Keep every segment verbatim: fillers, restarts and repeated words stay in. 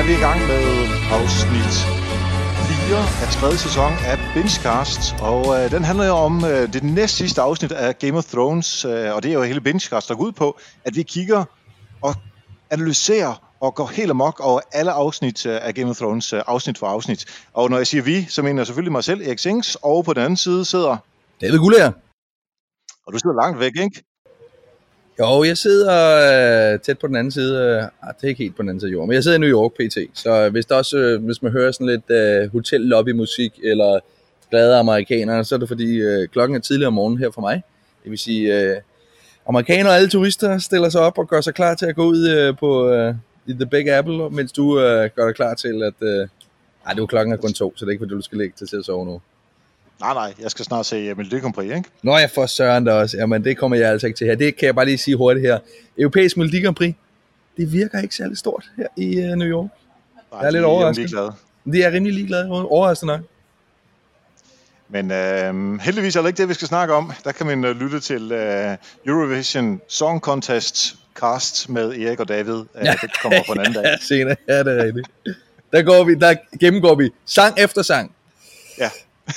vi i gang med afsnit fire af tredje sæson af Bingecast, og øh, den handler jo om øh, det næst sidste afsnit af Game of Thrones, øh, og det er jo hele Bingecast, der går ud på, at vi kigger og analyserer og går helt amok over alle afsnit øh, af Game of Thrones, øh, afsnit for afsnit. Og når jeg siger vi, så mener jeg selvfølgelig mig selv, Erik Sings, og på den anden side sidder David Guldager. Og du sidder langt væk, ikke? Jo, jeg sidder øh, tæt på den anden side. Øh, det er ikke helt på den anden side af jorden, men jeg sidder i New York P T. Så hvis, der også, øh, hvis man hører sådan lidt øh, hotel-lobby-musik eller glade amerikanere, så er det fordi øh, klokken er tidligere om morgenen her for mig. Det vil sige, øh, amerikanere og alle turister stiller sig op og gør sig klar til at gå ud øh, på øh, i The Big Apple, mens du øh, gør dig klar til at... Øh, ej, det er jo klokken er kun to, så det er ikke fordi, du skal lægge dig til at sove nu. Nej, nej, jeg skal snart se Melodi Grand Prix, ikke? Nå, jeg får søren der også. Jamen, det kommer jeg altså ikke til her. Det kan jeg bare lige sige hurtigt her. Europæisk Melodi Grand Prix, det virker ikke særlig stort her i uh, New York. Nej, jeg er lidt overrasket. De er rimelig ligeglade. Overraskende nok. Men øh, heldigvis er det ikke det, vi skal snakke om. Der kan man uh, lytte til uh, Eurovision Song Contest cast med Erik og David. Uh, ja. Det kommer på en anden dag. Ja, senere. Ja, det er rigtigt. Der, går vi, der gennemgår vi sang efter sang. Ja.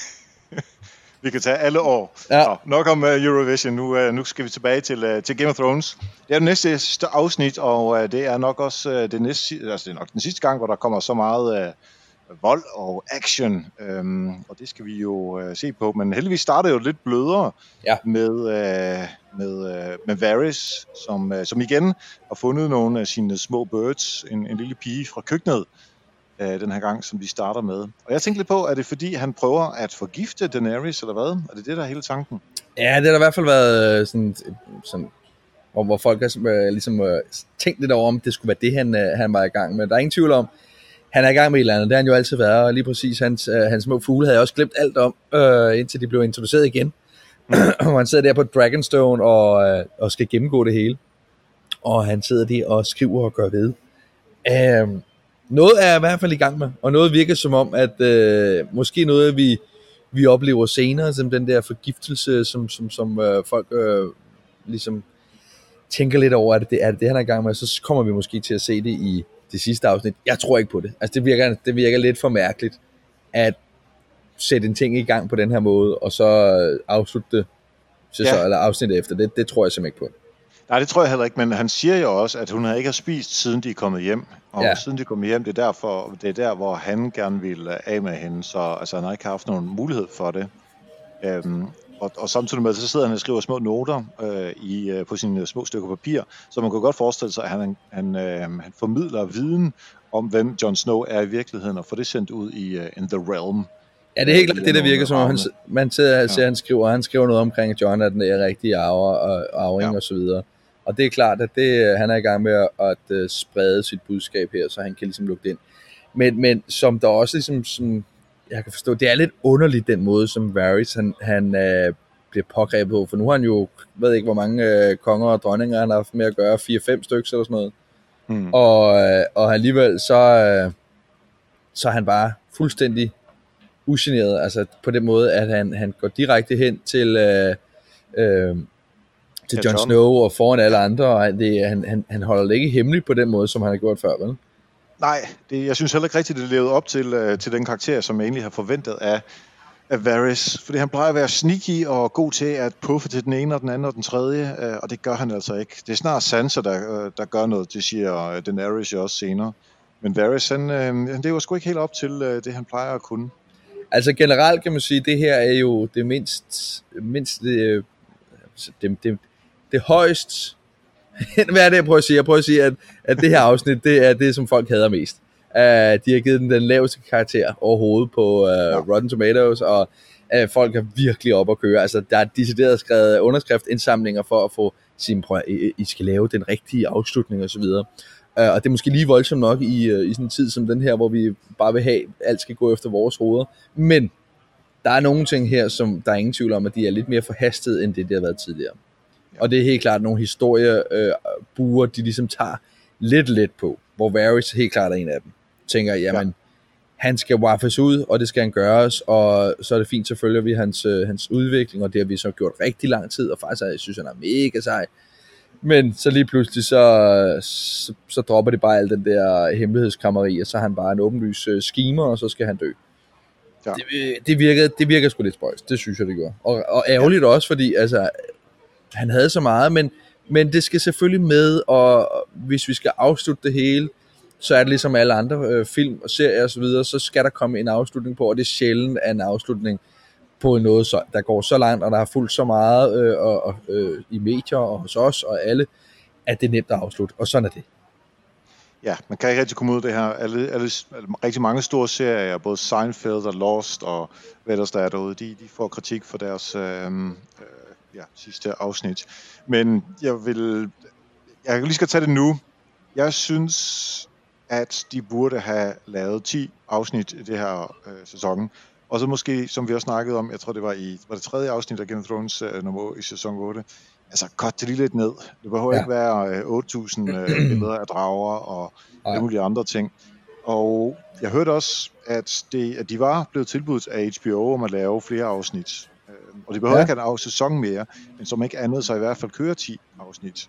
Vi kan tage alle år. Ja. Nå, nok om uh, Eurovision. Nu, uh, nu skal vi tilbage til, uh, til Game of Thrones. Det er det næste afsnit, og uh, det er nok også uh, det næste, altså det er nok den sidste gang, hvor der kommer så meget uh, vold og action. Um, og det skal vi jo uh, se på. Men heldigvis starter jo lidt blødere ja. med, uh, med, uh, med Varys, som, uh, som igen har fundet nogle af sine små birds. En, en lille pige fra køkkenet. Den her gang, som de starter med. Og jeg tænkte lidt på, er det fordi, han prøver at forgifte Daenerys, eller hvad? Er det det, der er hele tanken? Ja, det har der i hvert fald været sådan, sådan hvor, hvor folk har ligesom tænkt lidt over, om det skulle være det, han, han var i gang med. Der er ingen tvivl om, han er i gang med et eller andet. Det har han jo altid været, og lige præcis hans, hans små fugle havde jeg også glemt alt om, øh, indtil de blev introduceret igen. Mm. Og han sidder der på Dragonstone og, og skal gennemgå det hele. Og han sidder der og skriver og gør ved. Øh, Noget er i hvert fald i gang med, og noget virker som om, at øh, måske noget, vi, vi oplever senere, som den der forgiftelse, som, som, som øh, folk øh, ligesom tænker lidt over, at det er det, det, han er i gang med, så kommer vi måske til at se det i det sidste afsnit. Jeg tror ikke på det. Altså, det virker, det virker lidt for mærkeligt, at sætte en ting i gang på den her måde, og så afslutte det, så, ja. eller afsnittet efter. Det, det tror jeg simpelthen ikke på. Nej, det tror jeg heller ikke, men han siger jo også, at hun ikke har spist, siden de er kommet hjem. Og ja. siden de er kommet hjem, det er, derfor, det er der, hvor han gerne ville af med hende, så altså, han har ikke haft nogen mulighed for det. Øhm, og, og samtidig med, så sidder han og skriver små noter øh, i, øh, på sine små stykker papir, så man kan godt forestille sig, at han, han, øh, han formidler viden om, hvem Jon Snow er i virkeligheden, og får det sendt ud i uh, in the realm. Ja, det er helt klart det, der virker som om, han, man sidder og ser, ja. han skriver, han skriver noget omkring Jon, at den er rigtig arver og arving ja. og så videre. Og det er klart, at det, han er i gang med at, at, at sprede sit budskab her, så han kan ligesom lukke det ind. Men, men som der også ligesom, som jeg kan forstå, det er lidt underligt den måde, som Varys han, han øh, bliver pågrebet på, for nu har han jo, ved ikke hvor mange øh, konger og dronninger han har haft med at gøre, fire fem stykker eller sådan noget. Hmm. Og, øh, og alligevel så, øh, så er han bare fuldstændig ugeneret, altså på den måde, at han, han går direkte hen til... Øh, øh, til Jon Snow og foran alle andre, og det, han, han, han holder det ikke hemmeligt på den måde, som han har gjort før, vel? Nej, det, jeg synes heller ikke rigtigt, det levede op til, uh, til den karakter, som jeg egentlig har forventet af, af Varys, fordi han plejer at være sneaky og god til at puffe til den ene og den anden og den tredje, uh, og det gør han altså ikke. Det er snart Sansa, der, uh, der gør noget, det siger uh, Daenerys jo også senere. Men Varys, han, uh, han lever sgu ikke helt op til uh, det, han plejer at kunne. Altså generelt kan man sige, det her er jo det mindst, mindst det, det, det det højst, hvad er det jeg prøver at sige? Jeg prøver at sige, at, at det her afsnit, det er det, som folk hader mest. Uh, de har givet den den laveste karakter overhovedet på uh, ja. Rotten Tomatoes, og uh, folk er virkelig op at køre. Altså, der er decideret skrevet underskriftindsamlinger for at få sin, prøv, I, I skal lave den rigtige afslutning osv. Uh, og det er måske lige voldsomt nok i, uh, i sådan en tid som den her, hvor vi bare vil have, alt skal gå efter vores hoveder. Men der er nogle ting her, som der er ingen tvivl om, at de er lidt mere forhastet, end det, det har været tidligere. Og det er helt klart nogle historiebuer, øh, de ligesom tager lidt let på, hvor Varys helt klart er en af dem. Tænker, jamen, ja. han skal waffes ud, og det skal han gøres, og så er det fint, så følger vi hans, øh, hans udvikling, og det har vi så gjort rigtig lang tid, og faktisk jeg synes han er mega sej. Men så lige pludselig, så, så, så dropper det bare al den der hemmelighedskrammeri, og så er han bare en åbenlys uh, schemer, og så skal han dø. Ja. Det, det, virker, det virker sgu lidt spøjst, det synes jeg, det gør. Og, og ærgerligt ja. Også, fordi altså, han havde så meget, men, men det skal selvfølgelig med, og hvis vi skal afslutte det hele, så er det ligesom alle andre øh, film og serier og så videre, så skal der komme en afslutning på, og det er sjældent af en afslutning på noget, så, der går så langt, og der har fulgt så meget øh, og, og, øh, i medier og hos os og alle, at det er nemt at afslutte, og sådan er det. Ja, man kan ikke rigtig komme ud af det her. Alle, alle, rigtig mange store serier, både Seinfeld og Lost og hvad der er derude, de, de får kritik for deres øh, øh, ja, sidste afsnit. Men jeg vil, jeg kan lige skal tage det nu. Jeg synes, at de burde have lavet ti afsnit i det her øh, sæson. Og så måske, som vi også snakkede om, jeg tror det var i var det tredje afsnit af Game of Thrones øh, nummer i sæson otte, altså cut det lige lidt ned. Det behøver ja. Ikke være øh, otte tusind øh, billeder af drager og alle mulige andre ting. Og jeg hørte også, at, det, at de var blevet tilbudt af H B O om at lave flere afsnit. Øh, og de behøver ja. Ikke have en sæson mere, men som ikke andet, så i hvert fald køre ti afsnit.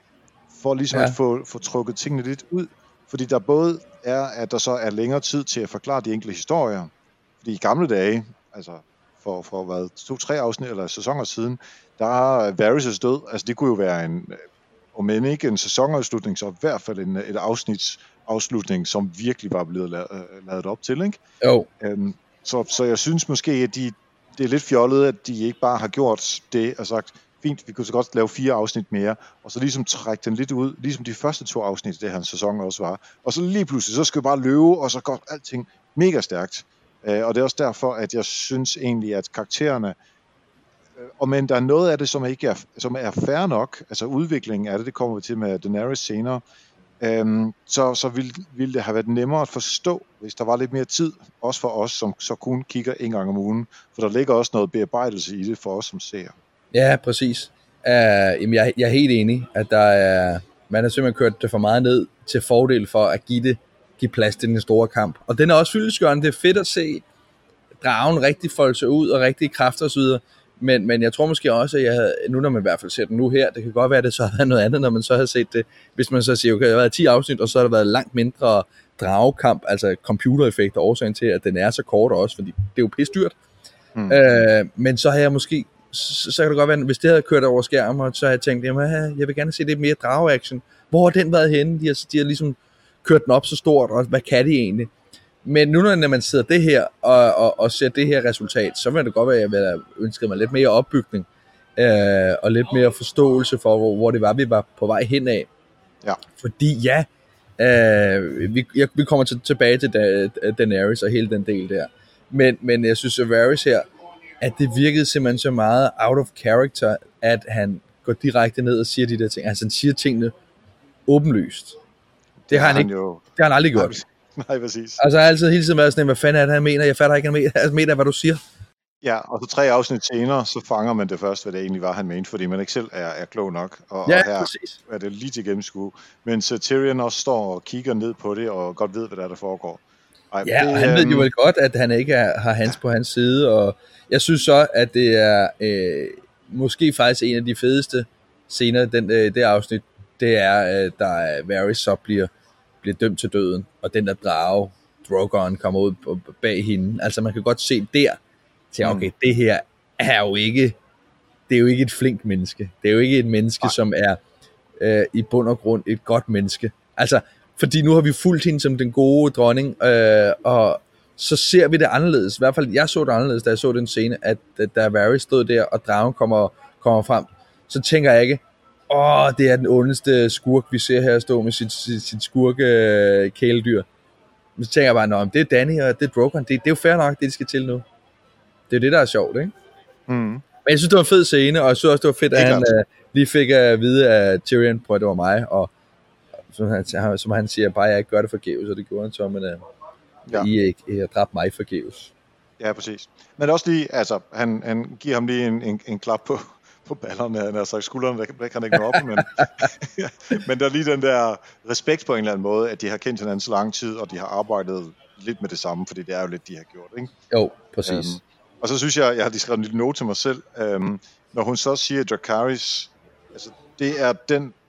For ligesom ja. At få, få trukket tingene lidt ud. Fordi der både er, at der så er længere tid til at forklare de enkelte historier. Fordi i gamle dage, altså for, for hvad, to-tre afsnit eller sæsoner siden, der er Varys' død, altså det kunne jo være en, om end ikke en sæsonafslutning, så i hvert fald en, et afsnitsafslutning, som virkelig var blevet lavet, lavet op til, ikke? Jo. Um, så, så jeg synes måske, at de, det er lidt fjollet, at de ikke bare har gjort det og sagt, fint, vi kunne så godt lave fire afsnit mere, og så ligesom trække den lidt ud, ligesom de første to afsnit i det her sæson også var. Og så lige pludselig, så skal vi bare løbe, og så går alting mega stærkt. Uh, og det er også derfor, at jeg synes egentlig, at karaktererne, uh, og men der er noget af det, som ikke er, som er fair nok, altså udviklingen af det, det kommer vi til med Daenerys senere, um, så, så ville, ville det have været nemmere at forstå, hvis der var lidt mere tid, også for os, som så kun kigger en gang om ugen, for der ligger også noget bearbejdelse i det for os, som ser. Ja, præcis. Uh, jamen jeg, jeg er helt enig, at der er, man har simpelthen kørt det for meget ned til fordel for at give det give plads til den store kamp. Og den er også fyldestgørende. Det er fedt at se dragen rigtig folde sig ud og rigtig kræfter og så videre. Men, men jeg tror måske også, at jeg havde, nu når man i hvert fald ser den nu her, det kan godt være, at det så har været noget andet, når man så har set det. Hvis man så siger, okay, der har været ti afsnit, og så har der været langt mindre dragekamp, altså computereffekter, årsagen til, at den er så kort også, fordi det er jo pisse dyrt. Mm. Øh, men så har jeg måske, så, så kan det godt være, hvis det havde kørt over skærmen, så har jeg tænkt, jamen, jeg vil gerne se lidt mere drage-action. Hvor har den været henne? De har, de har ligesom kørt den op så stort, og hvad kan de egentlig? Men nu når man sidder det her, og, og, og ser det her resultat, så vil det godt være, at jeg ville have ønsket mig lidt mere opbygning, øh, og lidt mere forståelse for, hvor, hvor det var, vi var på vej hen af. Ja. Fordi ja, øh, vi, jeg, vi kommer til, tilbage til da, Daenerys og hele den del der. Men, men jeg synes, at Varys her, at det virkede simpelthen så meget out of character, at han går direkte ned og siger de der ting. Altså han siger tingene åbenlyst. Det, det har han, han ikke. Jo. Det har han aldrig gjort. Nej, præcis. Altså jeg har altid hele tiden været sådan, hvad fanden er det, han mener? Jeg fatter ikke, han mener, mener hvad du siger. Ja, og så tre afsnit senere, så fanger man det først, hvad det egentlig var, han mente, fordi man ikke selv er, er klog nok. Og, ja, og her præcis. Er det lige til gennemskue. Men så Tyrion også står og kigger ned på det, og godt ved, hvad der, er, der foregår. Ej, ja, det, og han øhm... ved jo vel godt, at han ikke er, har hans på hans side, og jeg synes så, at det er øh, måske faktisk en af de fedeste scener, den, øh, det afsnit, det er, øh, der Varys så bliver, bliver dømt til døden, og den der drage, Drogon, kommer ud bag hende. Altså man kan godt se der, til okay, det her er jo ikke, det er jo ikke et flink menneske. Det er jo ikke et menneske, Ej. som er øh, i bund og grund et godt menneske. Altså, fordi nu har vi fulgt hende som den gode dronning, øh, og så ser vi det anderledes. I hvert fald, jeg så det anderledes, da jeg så den scene, at da Varys stod der, og dragen kommer, kommer frem, så tænker jeg ikke, åh, det er den ondeste skurk, vi ser her stå med sit, sit, sit skurke øh, kæledyr. Men så tænker jeg bare, nå, det er Dany, og det er Drogon, det, det er jo fair nok, det de skal til nu. Det er det, der er sjovt, ikke? Mm. Men jeg synes, det var en fed scene, og jeg synes også, det var fedt, at han uh, lige fik at vide af Tyrion, på at det var mig, og som han, som han siger, bare jeg ikke gør det forgæves, og det gjorde han så, men uh, ja. I ikke I har dræbt mig forgæves. Ja, præcis. Men også lige, altså, han, han giver ham lige en, en, en klap på, på ballerne, han har sagt skuldrene, der, der kan han ikke nå op, men, men der er lige den der respekt på en eller anden måde, at de har kendt hinanden så lang tid, og de har arbejdet lidt med det samme, fordi det er jo lidt, de har gjort, ikke? Jo, præcis. Um, og så synes jeg, jeg har skrevet en lille note til mig selv, um, når hun så siger Dracarys, altså det er den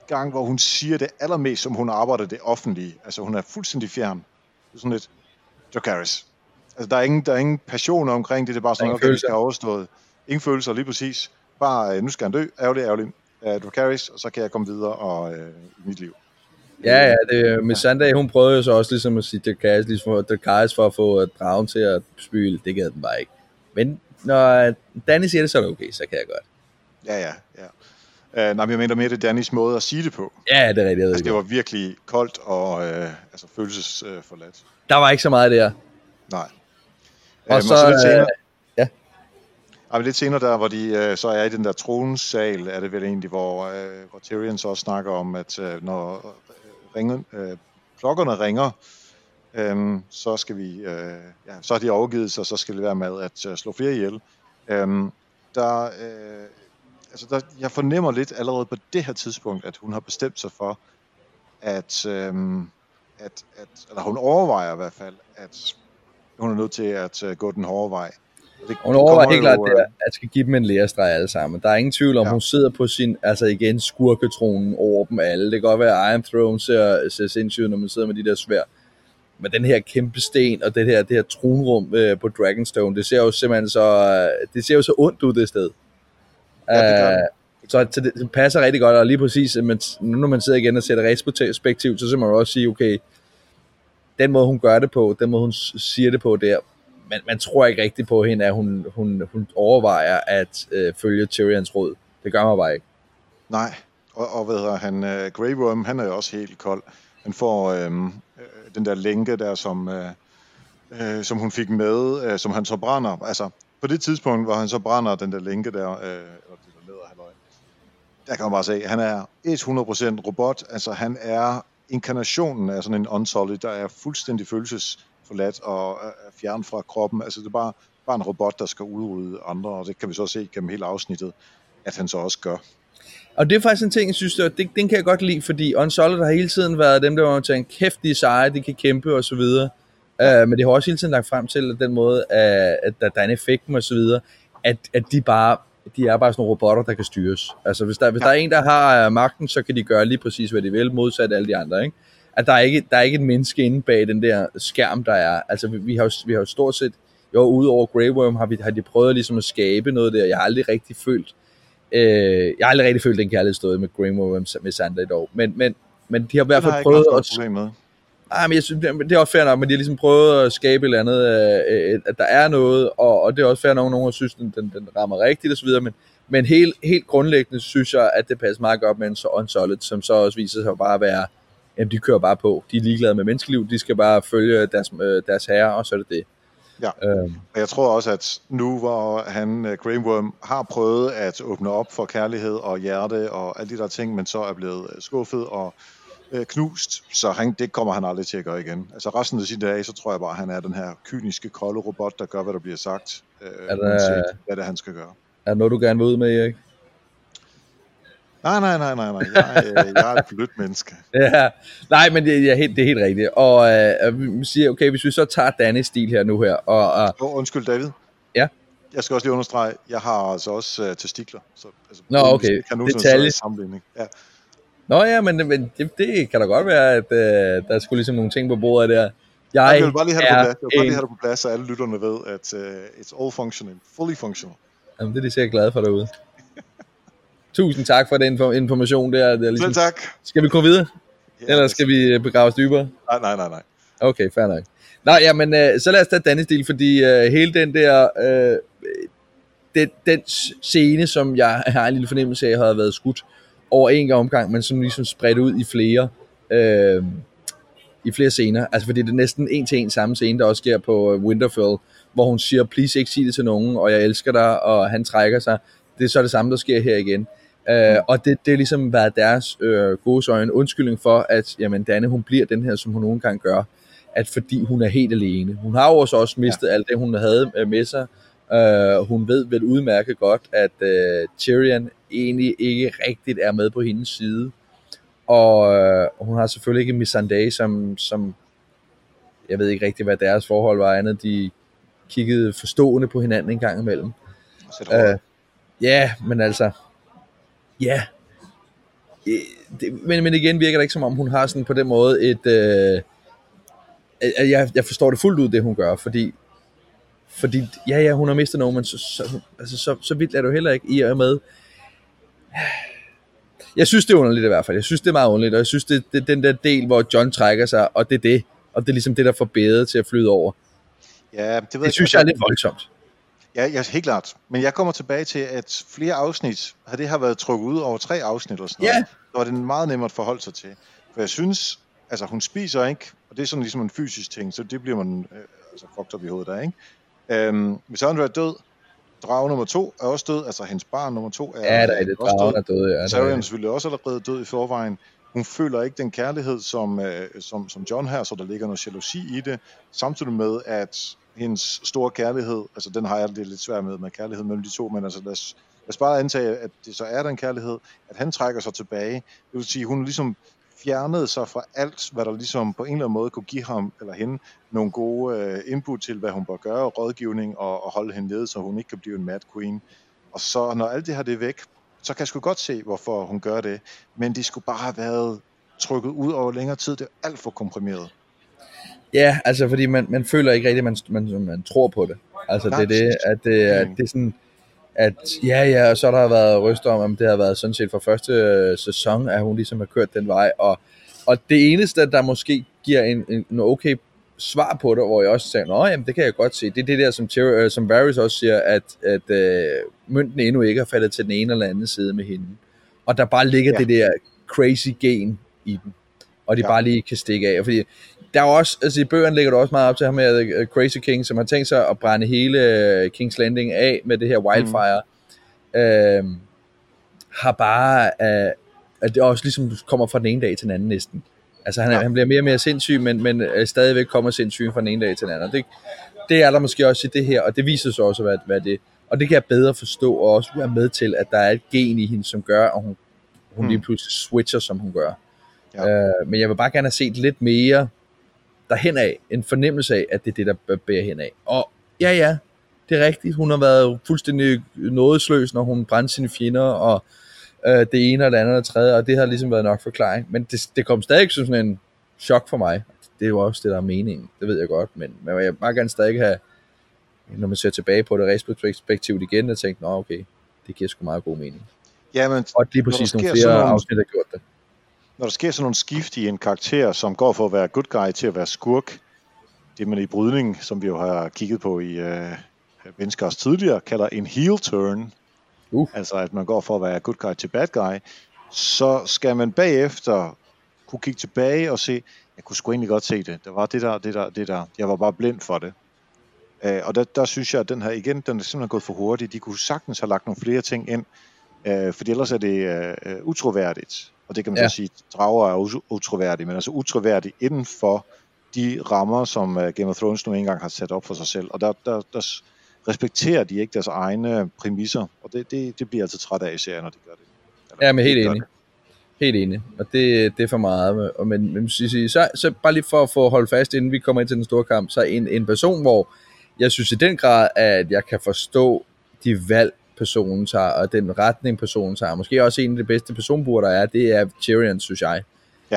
gang, hvor hun siger det allermest, som hun arbejder det offentlige. Altså hun er fuldstændig fjern. Det er sådan lidt, Dracarys. Altså der er ingen, der er ingen passion omkring det, det er bare sådan, okay, vi skal have overstået. Ingen følelser, lige præcis. Bare, nu skal han dø, ærgerlig, ærgerlig. Uh, Dracarys, og så kan jeg komme videre og, uh, i mit liv. Ja, ja, det, Missandei, hun prøvede jo så også ligesom at sige Dracarys, ligesom Dracarys for at få dragen til at spyle. Det gad den bare ikke. Men når Danny siger det, så er det okay, så kan jeg godt. Ja, ja, ja. Uh, nej, men jeg mener mere, det er Dannys måde at sige det på. Ja, det er rigtigt. Altså, det var virkelig koldt og uh, altså, følelsesforladt. Uh, der var ikke så meget der. Nej. Og uh, så... så lidt senere, ja. Uh, lidt senere der, hvor de uh, så er i den der tronsal, er det vel egentlig, hvor, uh, hvor Tyrion så også snakker om, at uh, når uh, ringen, uh, klokkerne ringer, um, så skal vi, uh, ja, så har de overgivet sig, så skal det være med at uh, slå flere ihjel. Um, der... Uh, Altså der, jeg fornemmer lidt allerede på det her tidspunkt, at hun har bestemt sig for, at, øhm, at, at eller hun overvejer i hvert fald, at hun er nødt til at uh, gå den hårde vej. Det, hun overvejer helt klart, at jeg skal give dem en lærestreg alle sammen. Der er ingen tvivl om, ja. Hun sidder på sin, altså igen, skurketronen over dem alle. Det kan godt være, at Iron Throne ser, ser sindssygt, når man sidder med de der sværd. Men den her kæmpe sten og det her, det her tronrum øh, på Dragonstone, det ser jo simpelthen så, det ser jo så ondt ud det sted. Ja, det uh, så, så det, det passer rigtig godt, og lige præcis, men nu når man sidder igen og sætter retrospektiv, så skal man jo også sige, okay, den måde hun gør det på, den måde hun siger det på der, man, man tror ikke rigtigt på hende, at hun, hun, hun overvejer at øh, følge Tyrions råd. Det gør man bare ikke. Nej, og, og hvad hedder han, uh, Grey Worm, han er jo også helt kold. Han får øh, den der lænke der, som, øh, øh, som hun fik med, øh, som han så brænder, altså på det tidspunkt, hvor han så brænder den der lænke der, øh, eller det der læderhalløj, der kan man bare se, at han er hundrede procent robot, altså han er inkarnationen af sådan en Unsullied, der er fuldstændig følelsesforladt og er fjern fra kroppen, altså det er bare, bare en robot, der skal udrydde andre, og det kan vi så se gennem hele afsnittet, at han så også gør. Og det er faktisk en ting, jeg synes, det, det, den kan jeg godt lide, fordi Unsullied har hele tiden været dem, der var til en kæftig seje, de kan kæmpe og så videre. Uh, men det har også hele tiden lagt frem til den måde, at, at der er en effekt og så videre, at, at de bare de er bare sådan nogle robotter, der kan styres. Altså hvis der, hvis ja. der er en, der har uh, magten, så kan de gøre lige præcis, hvad de vil, modsat alle de andre, ikke? At der er ikke, der er ikke et menneske inde bag den der skærm, der er. Altså vi, vi har jo vi har jo stort set, jo udover Grey Worm, har, vi, har de prøvet ligesom at skabe noget der. Jeg har aldrig rigtig følt, øh, jeg har aldrig rigtig følt den kærlighedsstod med Grey Worm med Sandra dog. Men, men, men de har i hvert fald prøvet at... Nej, men jeg synes, det er også fair nok, men de har ligesom prøvet at skabe et eller andet, øh, at der er noget, og, og det er også fair nok, at nogen har synes, den, den, den rammer rigtigt og så videre, men, men helt, helt grundlæggende synes jeg, at det passer meget godt med en så Unsullied, som så også viser sig bare at være, jamen de kører bare på, de er ligeglade med menneskeliv, de skal bare følge deres, øh, deres herre, og så er det det. Ja, øhm. og jeg tror også, at nu hvor han, Grey Worm, har prøvet at åbne op for kærlighed og hjerte og alle de der ting, men så er blevet skuffet og knust, så han, det kommer han aldrig til at gøre igen. Altså resten af sine dage, så tror jeg bare, at han er den her kyniske, kolde robot, der gør, hvad der bliver sagt, øh, er der, uanset hvad det han skal gøre. Er der noget, du gerne vil ud med, Erik? Nej, nej, nej, nej, nej. Jeg, øh, jeg er et blødt menneske. Ja, nej, men det er helt, det er helt rigtigt. Og øh, vi siger, okay, hvis vi så tager Dannys stil her nu her, og... og oh, undskyld, David. Ja? Jeg skal også lige understrege, jeg har altså også uh, testikler. Så, altså, Nå, okay. Detalje. Ja. Nå ja, men, men det, det kan da godt være, at øh, der skulle ligesom nogle ting på bordet der. Jeg, jeg vil bare lige have det på plads, jeg vil bare lige have det på plads, så alle lytterne ved, at uh, it's all functioning, fully functional. Jamen det er de sikkert glade for derude. Tusind tak for den information der. der ligesom... Selv tak. Skal vi gå videre? Ja, eller skal vi begraves dybere? Nej, nej, nej, nej. Okay, fair nok. Nå, jamen, øh, så lad os tage Dannys stil, fordi øh, hele den der, øh, den, den scene, som jeg har en lille fornemmelse af, har været skudt over en gang omgang, men som ligesom spredt ud i flere, øh, i flere scener. Altså, fordi det er næsten en til en samme scene, der også sker på Winterfell, hvor hun siger, please ikke sig det til nogen, og jeg elsker dig, og han trækker sig. Det er så det samme, der sker her igen. Uh, og det, det er ligesom været deres øh, gode øjne undskyldning for, at jamen, Danne, hun bliver den her, som hun nogle gange gør, at fordi hun er helt alene. Hun har jo også mistet ja. alt det, hun havde med sig. Uh, hun ved vel udmærket godt, at uh, Tyrion egentlig ikke rigtigt er med på hendes side. Og uh, hun har selvfølgelig ikke Missandei, som, som jeg ved ikke rigtigt, hvad deres forhold var andet. De kiggede forstående på hinanden en gang imellem. Uh, ja, men altså ja, det, men, men igen virker det ikke som om, hun har sådan på den måde et... Øh, jeg, jeg forstår det fuldt ud, det hun gør, fordi... Fordi, ja, ja, hun har mistet noget, men så, så, altså, så, så vildt er det jo heller ikke i og med. Jeg synes, det er underligt i hvert fald. Jeg synes, det er meget underligt, og jeg synes, det, det er den der del, hvor John trækker sig, og det er det. Og det er ligesom det, der får bædet til at flyde over. Ja, det, ved det synes jeg er lidt voldsomt. Ja, ja, helt klart. Men jeg kommer tilbage til, at flere afsnit, har det har været trukket ud over tre afsnit og sådan noget, ja. så var det meget nemmere at forholde sig til. For jeg synes, altså hun spiser ikke, og det er sådan ligesom en fysisk ting, så det bliver man øh, altså fucked up i hovedet der, ikke? Øhm, hvis Andrea er død, drage nummer to er også død, altså hendes barn nummer to er, ja, der er det, også død. Er død. Ja, Tyrion er selvfølgelig også allerede død i forvejen. Hun føler ikke den kærlighed, som, øh, som, som John her, så der ligger noget jalousi i det, samtidig med, at hendes store kærlighed, altså den har jeg det lidt svært med, med kærlighed mellem de to, men altså lad os, lad os bare antage, at det så er den kærlighed, at han trækker sig tilbage. Det vil sige, hun ligesom fjernede sig fra alt, hvad der ligesom på en eller anden måde kunne give ham eller hende nogle gode øh, input til, hvad hun bør gøre, rådgivning og, og holde hende nede, så hun ikke kan blive en mad queen. Og så når alt det her det er væk, så kan jeg sgu godt se, hvorfor hun gør det. Men det skulle bare have været trykket ud over længere tid. Det er alt for komprimeret. Ja, altså fordi man, man føler ikke rigtigt, man, man, man tror på det. Altså nej, det er det, at det, at det er sådan, at ja, ja, og så har der været ryster om, at det har været sådan set fra første øh, sæson, at hun ligesom har kørt den vej. Og, og det eneste, der måske giver en, en, en okay svar på det, hvor jeg også sagde, nå jamen, det kan jeg godt se. Det er det der, som, øh, som Varys også siger, at, at øh, mønten endnu ikke har faldet til den ene eller anden side med hende. Og der bare ligger ja. det der crazy gen i den. Og de ja. bare lige kan stikke af. Fordi der er også, altså i bøgerne ligger der også meget op til ham med Crazy King, som har tænkt sig at brænde hele King's Landing af med det her wildfire. Mm. Øhm, har bare, øh, at det også ligesom kommer fra den ene dag til den anden næsten. Altså han, ja. han bliver mere og mere sindssyg, men, men øh, stadigvæk kommer sindssyg fra den ene dag til den anden. Og det, det er der måske også i det her, og det viser sig også, hvad, hvad det og det kan jeg bedre forstå, og også være med til, at der er et gen i hende, som gør, at hun, hun mm. lige pludselig switcher, som hun gør. Ja. Øh, men jeg vil bare gerne have set lidt mere derhen af, en fornemmelse af, at det er det, der bærer hen af. Og ja, ja, det er rigtigt. Hun har været fuldstændig nådesløs, når hun brændte sine fjender, og øh, det ene og det andet og det tredje, og det har ligesom været nok forklaring. Men det, det kom stadig som sådan en chok for mig. Det er jo også det, der er meningen. Det ved jeg godt, men, men jeg vil bare gerne stadig have, når man ser tilbage på det retrospektivt igen, og tænke, nå okay, det giver sgu meget god mening. Ja, men og lige præcis nogle flere nogle... afsnit, der har gjort det. Når der sker sådan nogle skift i en karakter, som går for at være good guy til at være skurk, det man i brydning, som vi jo har kigget på i uh, Venskers tidligere, kalder en heel turn, uh. altså at man går for at være good guy til bad guy, så skal man bagefter kunne kigge tilbage og se, jeg kunne sgu egentlig godt se det, der var det der, det der, det der, jeg var bare blind for det. Uh, og der, der synes jeg, at den her igen, den er simpelthen gået for hurtigt. De kunne sagtens have lagt nogle flere ting ind, uh, fordi ellers er det uh, utroværdigt. Og det kan man ja. så sige, drager er utroværdige, men altså utroværdige inden for de rammer, som uh, Game of Thrones nu engang har sat op for sig selv. Og der, der, der respekterer de ikke deres egne præmisser, og det, det, det bliver altid træt af i serien, når de gør det. Eller, ja, men helt enig. Helt enig. Og det, det er for meget. Og men, men så, så bare lige for at få holdt fast, inden vi kommer ind til den store kamp, så en, en person, hvor jeg synes i den grad, at jeg kan forstå de valg, personen tager, og den retning, personen tager. Måske også en af de bedste personbuer, der er, det er Tyrion, synes jeg. Ja.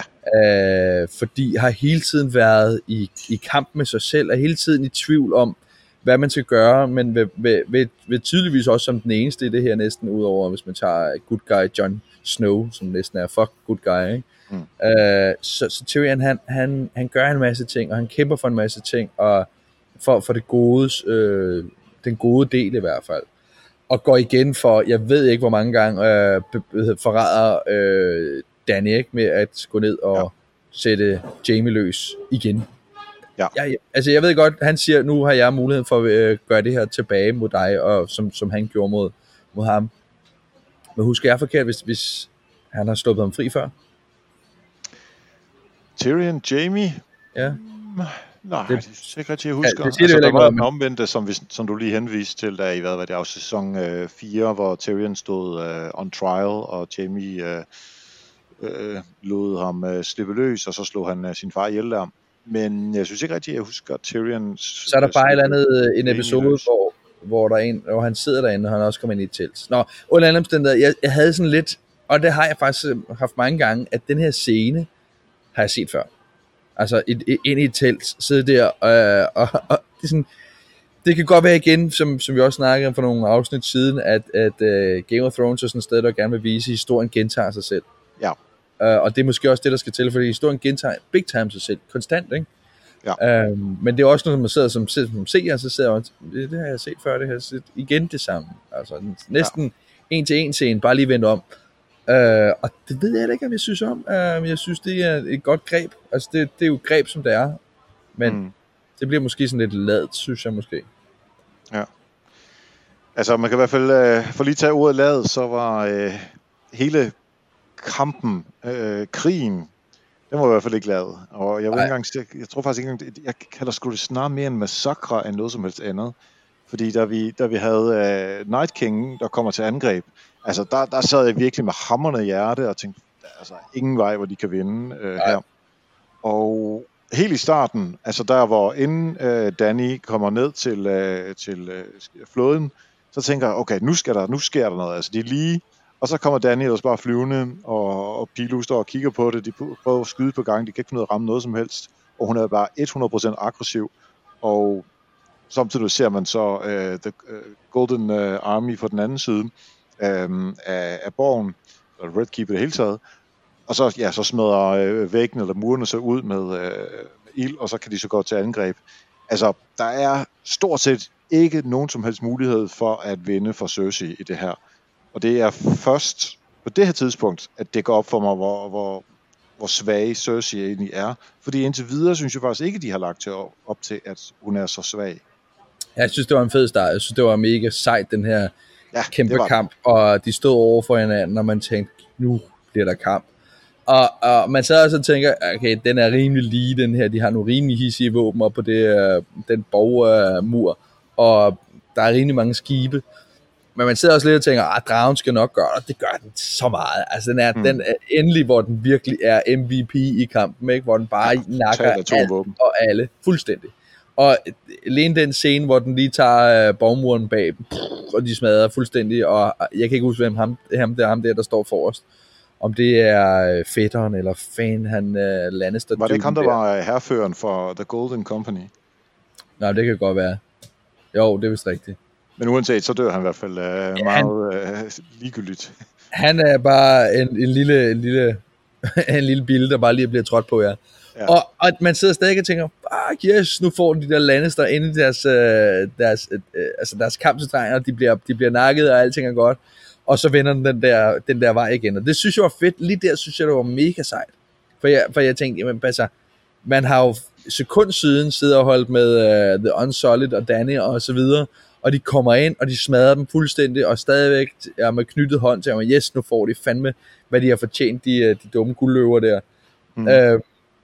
Øh, fordi har hele tiden været i, i kamp med sig selv, og hele tiden i tvivl om, hvad man skal gøre, men ved, ved, ved, ved tydeligvis også som den eneste i det her næsten, udover hvis man tager good guy Jon Snow, som næsten er fuck good guy, ikke? Mm. Øh, så, så Tyrion, han, han, han gør en masse ting, og han kæmper for en masse ting, og for, for det gode, øh, den gode del i hvert fald. Og går igen for, jeg ved ikke hvor mange gange, øh, forræder øh, Dany, ikke, med at gå ned og ja. sætte Jaime løs igen. Ja. Jeg, altså jeg ved godt, han siger, nu har jeg muligheden for at øh, gøre det her tilbage mod dig, og som, som han gjorde mod, mod ham. Men husker jeg forkert, hvis, hvis han har sluppet ham fri før? Tyrion, Jaime? Ja. Nej, det, det er ikke rigtig, jeg husker. Ja, det altså, det der var den omvendte, som, vi, som du lige henviste til, der i hvad var det, af sæson øh, fire, hvor Tyrion stod øh, on trial, og Jaime øh, øh, lod ham øh, slippe løs, og så slog han øh, sin far ihjel der. Men jeg synes ikke rigtig, jeg husker Tyrion. Så er der bare et eller andet, en episode, hvor, hvor, der er en, hvor han sidder derinde, og han også kommer ind i et telt. Nå, under anden omstændighed, jeg, jeg havde sådan lidt, og det har jeg faktisk haft mange gange, at den her scene har jeg set før. Altså et, et, ind i et telt, sidde der, øh, og, og det er sådan, det kan godt være igen, som, som vi også snakkede om for nogle afsnit siden, at, at uh, Game of Thrones er sådan et sted, der gerne vil vise, at historien gentager sig selv. Ja. Uh, og det er måske også det, der skal til, fordi historien gentager big time sig selv, konstant, ikke? Ja. Uh, men det er også noget, man sidder som, som seer, så sidder man, det, det har jeg set før, det har jeg set igen det samme. Altså næsten ja. en til en scene, bare lige vendt om. Uh, og det ved jeg ikke, om jeg synes om. Uh, jeg synes, det er et godt greb. Altså det, det er jo et greb, som det er. Men mm. det bliver måske sådan lidt ladet, synes jeg måske. Ja. Altså man kan i hvert fald, øh, for lige tage ordet ladet, så var øh, hele kampen, øh, krigen, den var i hvert fald ikke lavet. Og jeg, vil ikke engang, jeg, jeg tror faktisk ikke engang, jeg kalder sgu det snarere mere en massakre end noget som helst andet. Fordi da vi, da vi havde øh, Night King, der kommer til angreb, altså der, der sad jeg virkelig med hamrende hjerte og tænkte, altså ingen vej, hvor de kan vinde øh, her. Og helt i starten, altså der hvor inden øh, Dany kommer ned til, øh, til øh, flåden, så tænker jeg, okay, nu, skal der, nu sker der noget, altså de er lige, og så kommer Dany ellers bare flyvende, og, og Pilou står og kigger på det, de prøver at skyde på gang, de kan ikke finde ud af at ramme noget som helst, og hun er bare hundrede procent aggressiv, og samtidig ser man så øh, The uh, Golden uh, Army på den anden side øh, af, af borgen, eller Red Keep i det hele taget, og så, ja, så smadrer øh, væggen eller murene så ud med, øh, med ild, og så kan de så gå til angreb. Altså, der er stort set ikke nogen som helst mulighed for at vinde for Cersei i det her. Og det er først på det her tidspunkt, at det går op for mig, hvor, hvor, hvor svag Cersei egentlig er. Fordi indtil videre synes jeg faktisk ikke, de har lagt til op til, at hun er så svag. Jeg synes, det var en fed start. Jeg synes, det var mega sejt, den her ja, kæmpe kamp. Og de stod over for hinanden, og man tænkte, nu bliver der kamp. Og, og man så også og tænker, okay, den er rimelig lige, den her. De har nogle rimelig hissige våben op på det, uh, den borgmur, uh, og der er rimelig mange skibe. Men man sidder også lidt og tænker, at dragen skal nok gøre det. Det gør den så meget. Altså, den er, mm. den er endelig, hvor den virkelig er M V P i kampen, ikke? Hvor den bare ja, nakker alt og alle fuldstændig. Og alene den scene, hvor den lige tager uh, borgmuren bag dem, og de smadrer fuldstændig, og jeg kan ikke huske, hvem ham, ham, der, ham der, der står forrest. Om det er fætteren eller fan, han uh, Lannister. Var det ikke ham, der var herføreren for The Golden Company? Nej, det kan godt være. Jo, det er vist rigtigt. Men uanset, så dør han i hvert fald uh, ja, meget han, uh, ligegyldigt. Han er bare en, en lille, en lille, en lille bille, der bare lige bliver trådt på, ja. Ja. Og, og man sidder stadig og tænker, ah, yes, nu får de der Lannister ind i deres, øh, deres, øh, altså deres kampstrænger, de bliver, de bliver nakket, og alting er godt. Og så vender den der, den der vej igen. Og det synes jeg var fedt. Lige der synes jeg, det var mega sejt. For jeg, for jeg tænkte, jamen, altså, man har jo sekund siden siddet og holdt med uh, The Unsullied og Dany og så videre, og de kommer ind, og de smadrer dem fuldstændig, og stadigvæk er med knyttet hånd til, at yes, nu får de fandme, hvad de har fortjent, de, de dumme guldløver der. Mm. Uh,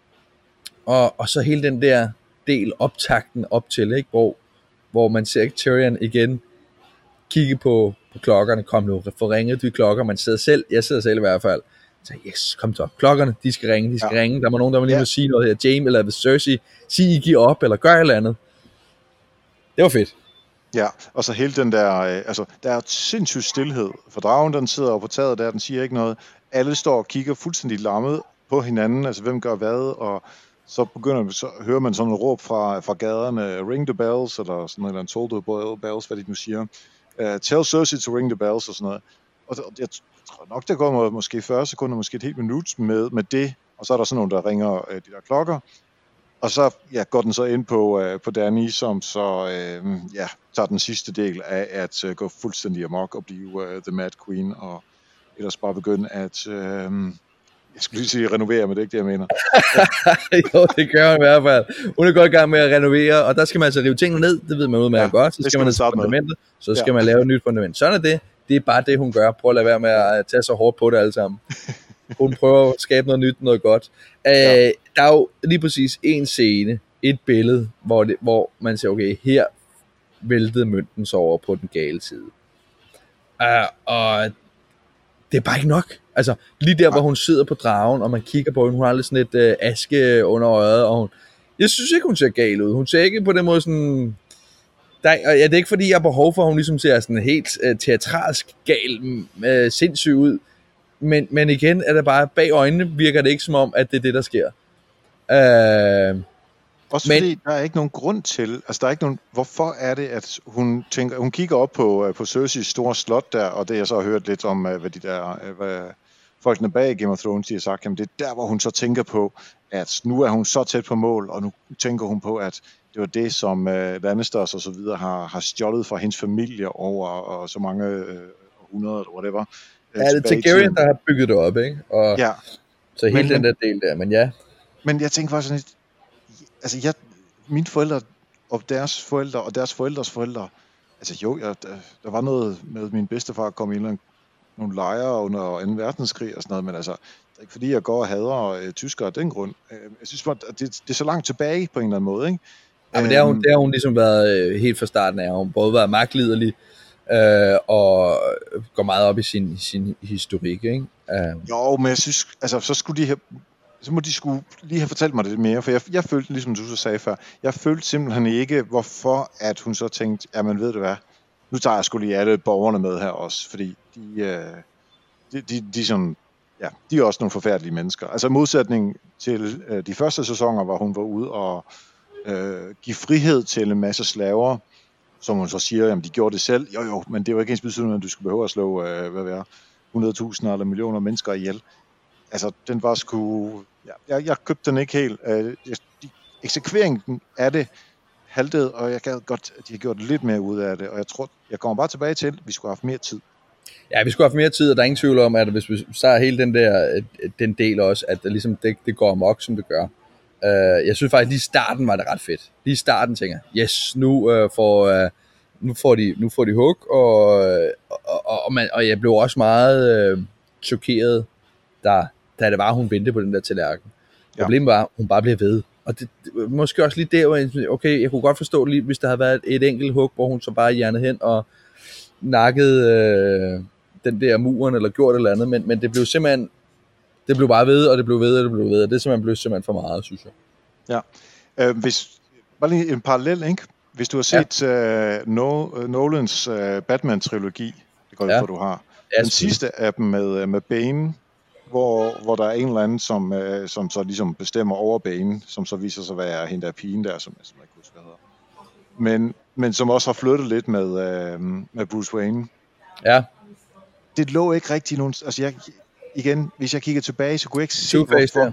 og, og så hele den der del, optakten op til, ikke, hvor, hvor man ser ikke Tyrion igen kigge på, på klokkerne, kom nu, få ringet de klokker, man sidder selv, jeg sidder selv i hvert fald, så yes, kom så, klokkerne, de skal ringe, de skal ja. ringe, der må nogen, der må lige ja. må sige noget her, Jaime eller Cersei, sig I giver op, eller gør et eller andet. Det var fedt. Ja, og så hele den der, øh, altså, der er sindssygt stillhed, for dragen, den sidder oppe på taget der, den siger ikke noget, alle står og kigger fuldstændig lammet på hinanden, altså hvem gør hvad, og så begynder så hører man sådan et råb fra, fra gaderne, ring the bells, eller sådan noget, eller told the bells, hvad de nu siger, uh, tell Cersei to ring the bells, og sådan noget. Og jeg tror nok, der går måske fyrre sekunder, måske et helt minut med, med det, og så er der sådan nogle, der ringer uh, de der klokker, og så ja, går den så ind på, uh, på Dany, som så uh, ja, tager den sidste del af at uh, gå fuldstændig amok og blive uh, The Mad Queen, og ellers bare begynde at... Uh, Jeg skulle lige sige renovere, men det er ikke det, jeg mener. Jo, det gør hun i hvert fald. Hun er godt i gang med at renovere, og der skal man altså rive tingene ned, det ved man ud med ja, at godt. Så skal, skal man have fundamentet, så skal ja. man lave et nyt fundament. Sådan er det. Det er bare det, hun gør. Prøv at lade være med at tage så hårdt på det alle sammen. Hun prøver at skabe noget nyt, noget godt. Ja. Æh, der er jo lige præcis en scene, et billede, hvor, det, hvor man siger, okay, her væltede mønten så over på den gale side. Uh, og det er bare ikke nok. Altså, lige der, hvor hun sidder på dragen, og man kigger på hende, hun har lidt sådan et øh, aske under øjet, og hun, jeg synes ikke, hun ser gal ud. Hun ser ikke på den måde sådan, der, ja, det er ikke fordi, jeg har behov for, at hun ligesom ser sådan helt øh, teatralsk gal, øh, sindssyg ud, men, men igen er det bare, bag øjnene virker det ikke som om, at det er det, der sker. Øh, Også men, fordi der er ikke nogen grund til, altså der er ikke nogen, hvorfor er det, at hun tænker, hun kigger op på, på Cerseis store slot der, og det jeg så har hørt lidt om, hvad de der, hvad folkene bag Game of Thrones, de har sagt, jamen det er der, hvor hun så tænker på, at nu er hun så tæt på mål, og nu tænker hun på, at det var det, som uh, Lannisters og så videre har, har stjålet fra hendes familie over og så mange uh, hundrede eller whatever. Ja, det er Targaryen, der har bygget det op, ikke? Og ja. Så hele men, den der del der, men ja. Men jeg tænker faktisk sådan lidt, altså jeg, mine forældre og deres forældre og deres forældres forældre, altså jo, jeg, der, der var noget med min bedstefar kom i en eller anden, nogle lejre under anden verdenskrig og sådan noget, men altså, det er ikke fordi jeg går og hader øh, tyskere af den grund. Jeg synes bare, at det, det er så langt tilbage på en eller anden måde, ikke? Ja, men det har hun, det har hun ligesom været øh, helt fra starten af. Hun både været magtliderlig øh, og går meget op i sin, sin historik, ikke? Uh. Jo, men jeg synes, altså så skulle de have, så må de skulle lige have fortalt mig det mere, for jeg, jeg følte, ligesom du så sagde før, jeg følte simpelthen ikke, hvorfor at hun så tænkte, ja, men ved du hvad, nu tager jeg sgu lige alle borgerne med her også, fordi de, øh, de, de, de, sådan, ja, de er også nogle forfærdelige mennesker. Altså i modsætning til øh, de første sæsoner, hvor hun var ude og øh, give frihed til en masse slaver, som hun så siger, jamen de gjorde det selv, jo jo, men det var ikke ens betydning, at du skulle behøve at slå, øh, hvad ved jeg, hundrede tusind eller millioner mennesker ihjel. Altså, den var sgu... Ja, jeg, jeg købte den ikke helt. Øh, eksekveringen af det haltede, og jeg gad godt, at de har gjort lidt mere ud af det, og jeg tror, jeg kommer bare tilbage til, at vi skulle have haft mere tid. Ja, vi skulle have haft mere tid, og der er ingen tvivl om, at hvis vi så er hele den der den del også, at det, ligesom, det, det går amok, som det gør. Uh, jeg synes faktisk, lige i starten var det ret fedt. Lige i starten tænker jeg, yes, nu, uh, får, uh, nu, får, de, nu får de hug, og, og, og, man, og jeg blev også meget uh, chokeret, da, da det var, hun ventede på den der tallerken. Ja. Problemet var, at hun bare blev ved. Og det, det måske også lige der, hvor okay, jeg kunne godt forstå lige, hvis der havde været et, et enkelt hug, hvor hun så bare hjernede hen og nakkede øh, den der muren, eller gjort et eller andet, men, men det blev simpelthen, det blev bare ved, og det blev ved, og det blev ved, og det simpelthen blev simpelthen for meget, synes jeg. Ja, øh, hvis, bare lige en parallel, ikke? Hvis du har set ja. uh, no, uh, Nolans uh, Batman-trilogi, det går jo ja. for, du har, ja, den sidste af dem med, med Bane, hvor, hvor der er en eller anden, som, uh, som så ligesom bestemmer over Bane, som så viser sig at være hende der pigen der, som jeg simpelthen ikke husker, hvad hedder. Men, men som også har flyttet lidt med, uh, med Bruce Wayne. Ja. Det lå ikke rigtig nogen... Altså jeg, igen, hvis jeg kigger tilbage, så kunne jeg ikke se, Two-Face hvorfor...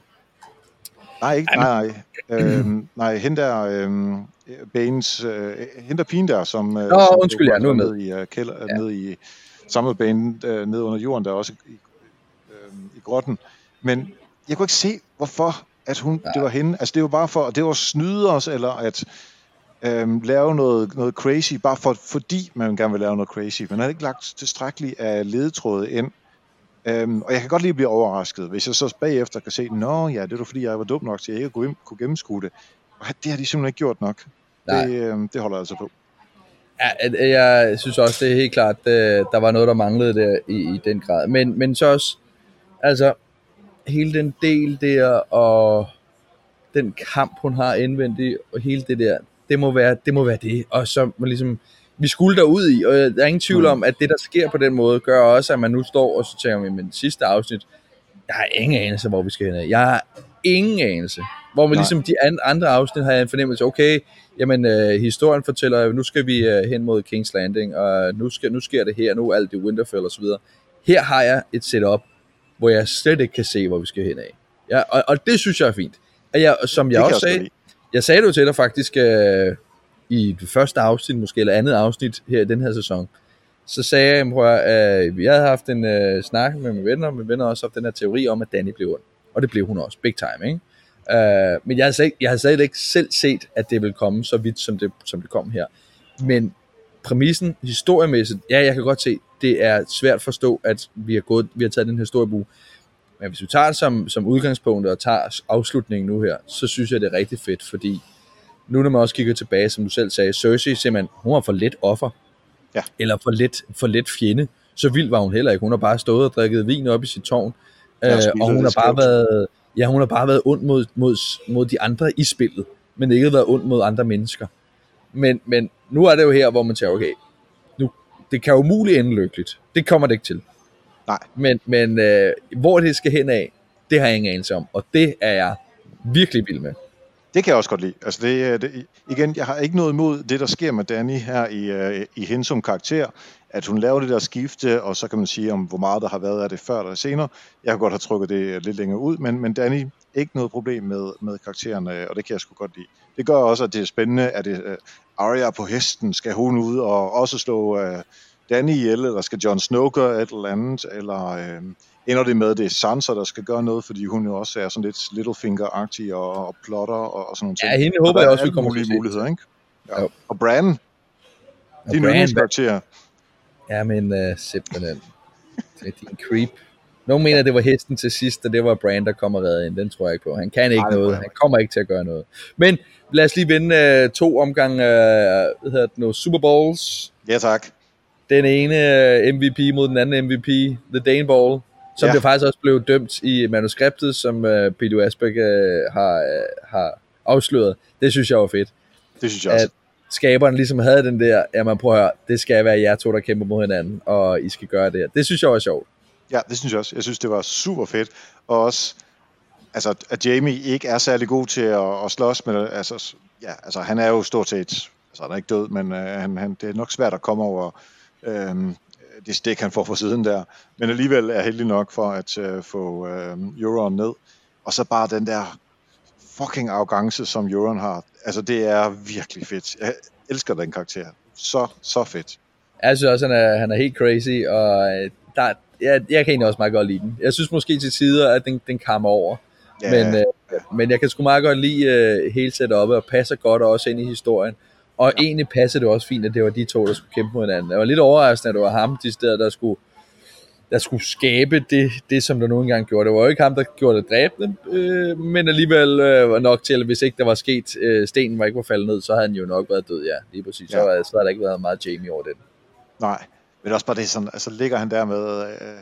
Nej, ikke, nej, nej. øhm, nej, hende der, øhm, Banes, øh, hende der pigen der, som... Nå, som undskyld, jeg nu er med. Ned i, uh, kælder, ja. ned i samme Bane uh, ned under jorden, der også i, øh, i grotten. Men jeg kunne ikke se, hvorfor at hun, ja. det var hende. Altså, det var bare for, det var at snyde os, eller at øhm, lave noget, noget crazy, bare for, fordi man gerne vil lave noget crazy. Man har ikke lagt tilstrækkeligt af ledetråde ind. Um, og jeg kan godt lige blive overrasket, hvis jeg så bagefter kan se, nå ja, det var fordi, jeg var dum nok til, at jeg ikke kunne, kunne gennemskue det. Og det har de simpelthen ikke gjort nok. Det, um, det holder jeg altså på. Ja, jeg synes også, det er helt klart, der var noget, der manglede der i, i den grad. Men, men så også, altså, hele den del der, og den kamp, hun har indvendigt, og hele det der, det må være det. Må være det. Og så ligesom... vi skulle derud i, og der er ingen tvivl om, at det, der sker på den måde, gør også, at man nu står og så tænker vi, men sidste afsnit, jeg har ingen anelse, hvor vi skal hen. Jeg har ingen anelse. Hvor man ligesom de andre afsnit har jeg en fornemmelse, okay, jamen øh, historien fortæller, nu skal vi øh, hen mod King's Landing, og nu, skal, nu sker det her, nu alt det Winterfell og så videre. Her har jeg et setup, hvor jeg slet ikke kan se, hvor vi skal hen af. Ja, og, og det synes jeg er fint. Og jeg, som jeg det også sagde, jeg sagde det jo til dig faktisk, øh, i det første afsnit, måske, eller andet afsnit her i den her sæson, så sagde jeg, prøv at vi havde haft en uh, snak med mine venner, og mine venner også haft den her teori om, at Dany blev ond. Og det blev hun også, big time, ikke? Uh, men jeg havde, slet, jeg havde slet ikke selv set, at det ville komme så vidt, som det, som det kom her. Men præmissen, historiemæssigt, ja, jeg kan godt se, det er svært at forstå, at vi har, gået, vi har taget den historiebue. Men hvis vi tager det som, som udgangspunkt, og tager afslutningen nu her, så synes jeg, det er rigtig fedt, fordi nu når man også kigger tilbage, som du selv sagde, Cersei simpelthen, hun var for let offer, ja. eller for let, for let fjende. Så vild var hun heller ikke. Hun har bare stået og drikket vin op i sit tårn, øh, og hun har bare været, ja, hun har bare været ond mod, mod, mod de andre i spillet, men ikke været ond mod andre mennesker. Men, men nu er det jo her, hvor man siger, okay, nu, det kan jo muligt ende lykkeligt. Det kommer det ikke til. Nej. Men, men øh, hvor det skal hen af, det har jeg ingen anelse om, og det er jeg virkelig vild med. Det kan jeg også godt lide. Altså det, det, igen, jeg har ikke noget imod det, der sker med Dany her i, uh, i hende som karakter, at hun laver det der skifte, og så kan man sige, om hvor meget der har været af det før eller senere. Jeg kan godt have trykket det lidt længere ud, men, men Dany, ikke noget problem med, med karakteren, og det kan jeg sgu godt lide. Det gør også, at det er spændende, at det, uh, Arya på hesten, skal hun ud og også slå uh, Dany ihjel, eller skal Jon Snow gøre et eller andet, eller uh, ender det med, at det er Sansa, der skal gøre noget, fordi hun jo også er sådan lidt Littlefinger-agtig og, og plotter og, og sådan nogle ting. Ja, hende håber jeg også, vi kommer til muligheder, ikke? Ja. Og Bran, din yndlingskarakter. Ja, men uh, simpelthen. Det er din creep. Nogen mener, det var hesten til sidst, og det var Bran, der kommer reddet ind. Den tror jeg ikke på. Han kan ikke Ej, noget. Han kommer ikke til at gøre noget. Men lad os lige vinde uh, to omgange uh, hvad hedder det nu, Super Bowls. Ja, tak. Den ene uh, M V P mod den anden M V P, The Dane Ball, som ja. det faktisk også blev dømt i manuskriptet, som uh, Peter Asbæk uh, har, uh, har afsløret. Det synes jeg var fedt. Det synes jeg også. At skaberen ligesom havde den der, ja, man prøver at høre, det skal være jer to, der kæmper mod hinanden, og I skal gøre det. Det synes jeg var sjovt. Ja, det synes jeg også. Jeg synes, det var super fedt. Og også, altså, at Jaime ikke er særlig god til at, at slås med, altså, ja, altså, han er jo stort set, altså, han er ikke død, men uh, han, han, det er nok svært at komme over øhm, det stik, han får fra siden der. Men alligevel er heldig nok for at uh, få uh, Euron ned. Og så bare den der fucking arrogance, som Euron har. Altså, det er virkelig fedt. Jeg elsker den karakter. Så, så fedt. Jeg synes også, han er, han er helt crazy, og der, jeg, jeg kan egentlig også meget godt lide den. Jeg synes måske til tider, at den, den kammer over. Ja, men, ja. Øh, men jeg kan sgu meget godt lide øh, hele setup'et, og passer godt også ind i historien. Og ja. egentlig passer det også fint, at det var de to, der skulle kæmpe mod hinanden. Jeg var lidt overraskende, at det var ham, de steder, der skulle, der skulle skabe det, det, som der nogle gange gjorde. Det var jo ikke ham, der gjorde det dræbende, øh, men alligevel øh, var nok til, at hvis ikke der var sket, øh, stenen var ikke var faldet ned, så havde han jo nok været død, ja, lige præcis. Ja. Så, så havde der ikke været meget Jaime over den. Nej, men også bare det sådan, altså ligger han der med, øh,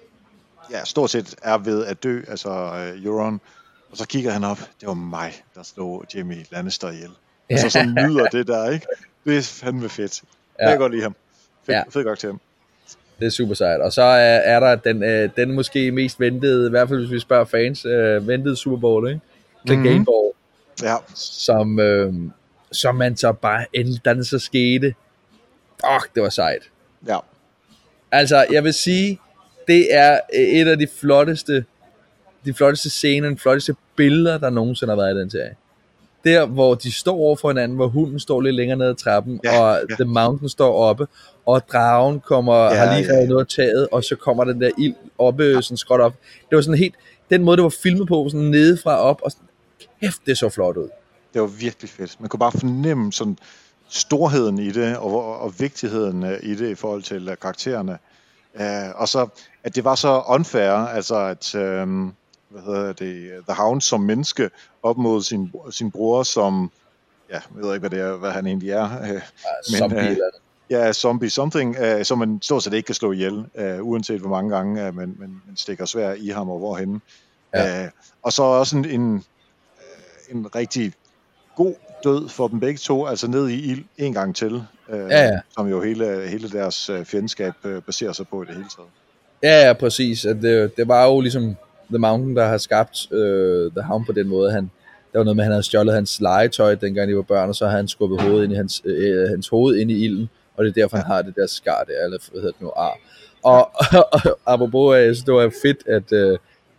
ja, stort set er ved at dø, altså øh, Euron, og så kigger han op, det var mig, der slog Jaime Lannister ihjel. Ja. Altså sådan nyder det der, ikke? Det er fandme fedt. Ja. Jeg kan godt lide ham. Fed, ja. Fed godt til ham. Det er super sejt. Og så er, er der den, øh, den måske mest ventede, i hvert fald hvis vi spørger fans, øh, ventede Super Bowl, ikke? The mm-hmm. Game Ball. Ja. Som, øh, som man så bare endelig, da den så skete, fuck, det var sejt. Ja. Altså, jeg vil sige, det er et af de flotteste, de flotteste scener, de flotteste billeder, der nogensinde har været i den serie. Der, hvor de står over for hinanden, hvor hunden står lidt længere ned ad trappen, ja, og ja. The Mountain står oppe, og dragen kommer, ja, har lige revet ja. noget af taget, og så kommer den der ild oppe, sådan skråt op. Det var sådan helt, den måde, det var filmet på, sådan nedefra op, og sådan, kæft, det så flot ud. Det var virkelig fedt. Man kunne bare fornemme sådan storheden i det, og, og vigtigheden i det i forhold til uh, karaktererne. Uh, og så, at det var så unfair, altså at, um, hvad hedder det, The Hound som menneske, op mod sin, sin bror som, ja, jeg ved ikke, hvad det er, hvad han egentlig er. Uh, ja, men, zombie, uh, ja, zombie something, uh, som man stort set ikke kan slå ihjel, uh, uanset hvor mange gange uh, man, man, man stikker svær i ham og hvorhenne. Ja. Uh, og så også en, en, uh, en rigtig god død for dem begge to, altså ned i ild en gang til, øh, ja, ja. som jo hele, hele deres øh, fjendskab øh, baserer sig på i det hele taget. Ja, ja, præcis. At det, det var jo ligesom The Mountain, der har skabt øh, The Hound på den måde. Han, der var noget med, at han havde stjålet hans legetøj, dengang de var børn, og så havde han skubbet hovedet ind i hans, øh, hans hoved ind i ilden, og det er derfor, ja. han har det der skar der, eller hvad hedder det nu, ar. Og, ja. og, og, og apropos, jeg synes, det var fedt, at øh,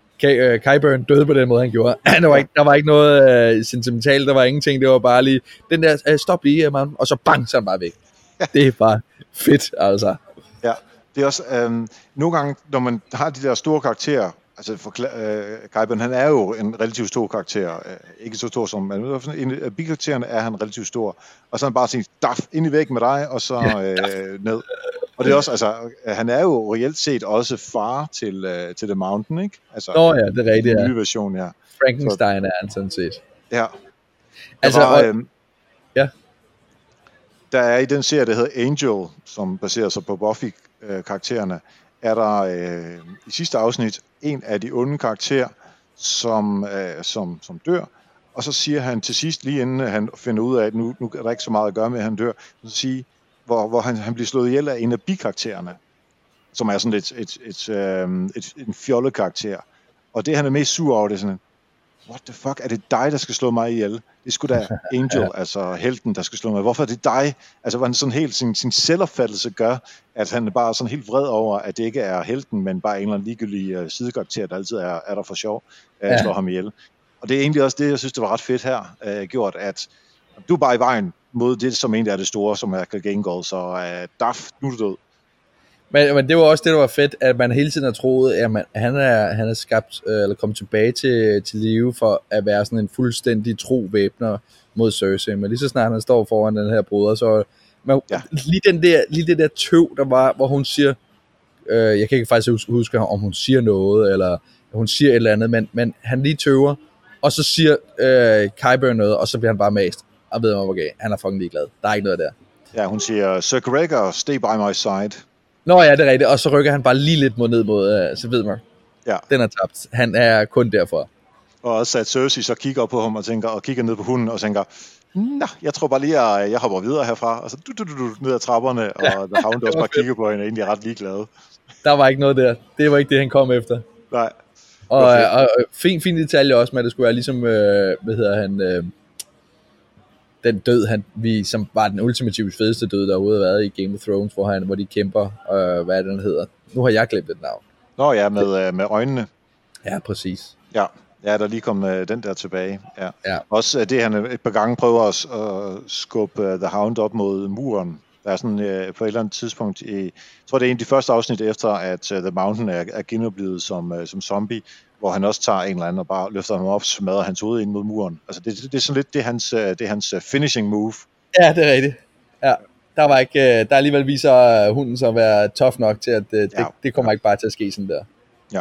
Qyburn døde på den måde, han gjorde. Der var ikke, der var ikke noget uh, sentimentalt, der var ingenting, det var bare lige, den der, uh, stop lige, man, og så bang, så er han bare væk. Ja. Det er bare fedt, altså. Ja, det er også, øhm, nogle gange, når man har de der store karakterer, altså for øh, Qyburn, han er jo en relativt stor karakter, øh, ikke så stor som, men en af bikaraktererne er han relativt stor, og så er han bare sådan, daf, ind i væggen med dig, og så øh, ned. Og det er også, altså, han er jo reelt set også far til, uh, til The Mountain, ikke? Altså, Nå ja, det er rigtigt, ja. En ny version, ja. Frankenstein så, er han sådan set. Ja. Altså, var, og, øhm, ja. Der er i den serie, der hedder Angel, som baserer sig på Buffy-karaktererne, er der øh, i sidste afsnit en af de onde karakterer, som, øh, som, som dør, og så siger han til sidst, lige inden han finder ud af, at nu, nu er der ikke så meget at gøre med, at han dør, så siger, hvor, hvor han, han bliver slået ihjel af en af bikaraktererne. som er sådan et, et, et, øh, et, en fjollekarakter. Og det, han er mest sur over, det er sådan, what the fuck, er det dig, der skal slå mig ihjel? Det skulle da Angel, ja. altså helten, der skal slå mig. Hvorfor er det dig? Altså, hvor han sådan helt, sin, sin selvopfattelse gør, at han er bare sådan helt vred over, at det ikke er helten, men bare en eller anden ligegyldig uh, sidekarakter, der altid er, er der for sjov, uh, ja. slår ham ihjel. Og det er egentlig også det, jeg synes, det var ret fedt her, uh, gjort, at du er bare i vejen mod det, som egentlig er det store, som er Gengol, så uh, daf, nu er du død. Men, men det var også det, der var fedt, at man hele tiden har troet, at man, han, er, han er skabt, øh, eller kommet tilbage til, til live for at være sådan en fuldstændig tro væbner mod Cersei. Men lige så snart han står foran den her bruder, så man, ja. lige, den der, lige det der tøv, der var, hvor hun siger, øh, jeg kan ikke faktisk huske, huske, om hun siger noget, eller hun siger et eller andet, men, men han lige tøver, og så siger øh, Qyburn noget, og så bliver han bare mast. Og ved man, okay, han er fucking ligeglad. Der er ikke noget der. Ja, hun siger, Sir Gregor, stay by my side. Nå ja, det er rigtigt, og så rykker han bare lige lidt mod ned mod, uh, så ved man, ja. Den er tabt. Han er kun derfor. Og også at Cersei så kigger op på ham og tænker, og kigger ned på hunden og tænker, nå, jeg tror bare lige, at jeg hopper videre herfra, og så du, du, du, du, ned ad trapperne, og ja, The Hound også bare kigger på hende og egentlig er ret ligeglade. Der var ikke noget der. Det var ikke det, han kom efter. Nej. Og, og, og fin, fin detalje også med, at det skulle være ligesom, øh, hvad hedder han, øh, den død, han, vi, som var den ultimativt fedeste død, der overhovedet har været i Game of Thrones, hvor, han, hvor de kæmper, øh, hvad den hedder. Nu har jeg glemt et navn. Nå ja, med, øh, med øjnene. Ja, præcis. Ja, ja der lige kom øh, den der tilbage. Ja. Ja. Også øh, det, han et par gange prøver at uh, skubbe uh, The Hound op mod muren. Der er sådan øh, på et eller andet tidspunkt, i, jeg tror det er en af de første afsnit efter, at uh, The Mountain er, er genoplevet som, uh, som zombie, hvor han også tager en eller anden og bare løfter ham op og smadrer hans hoved ind mod muren. Altså det, det, det er sådan lidt, det er hans, det er hans finishing move. Ja, det er rigtigt. Ja, der var ikke, der alligevel viser hunden så at være tough nok til, at det, ja. det, det kommer ikke bare til at ske sådan der. Ja.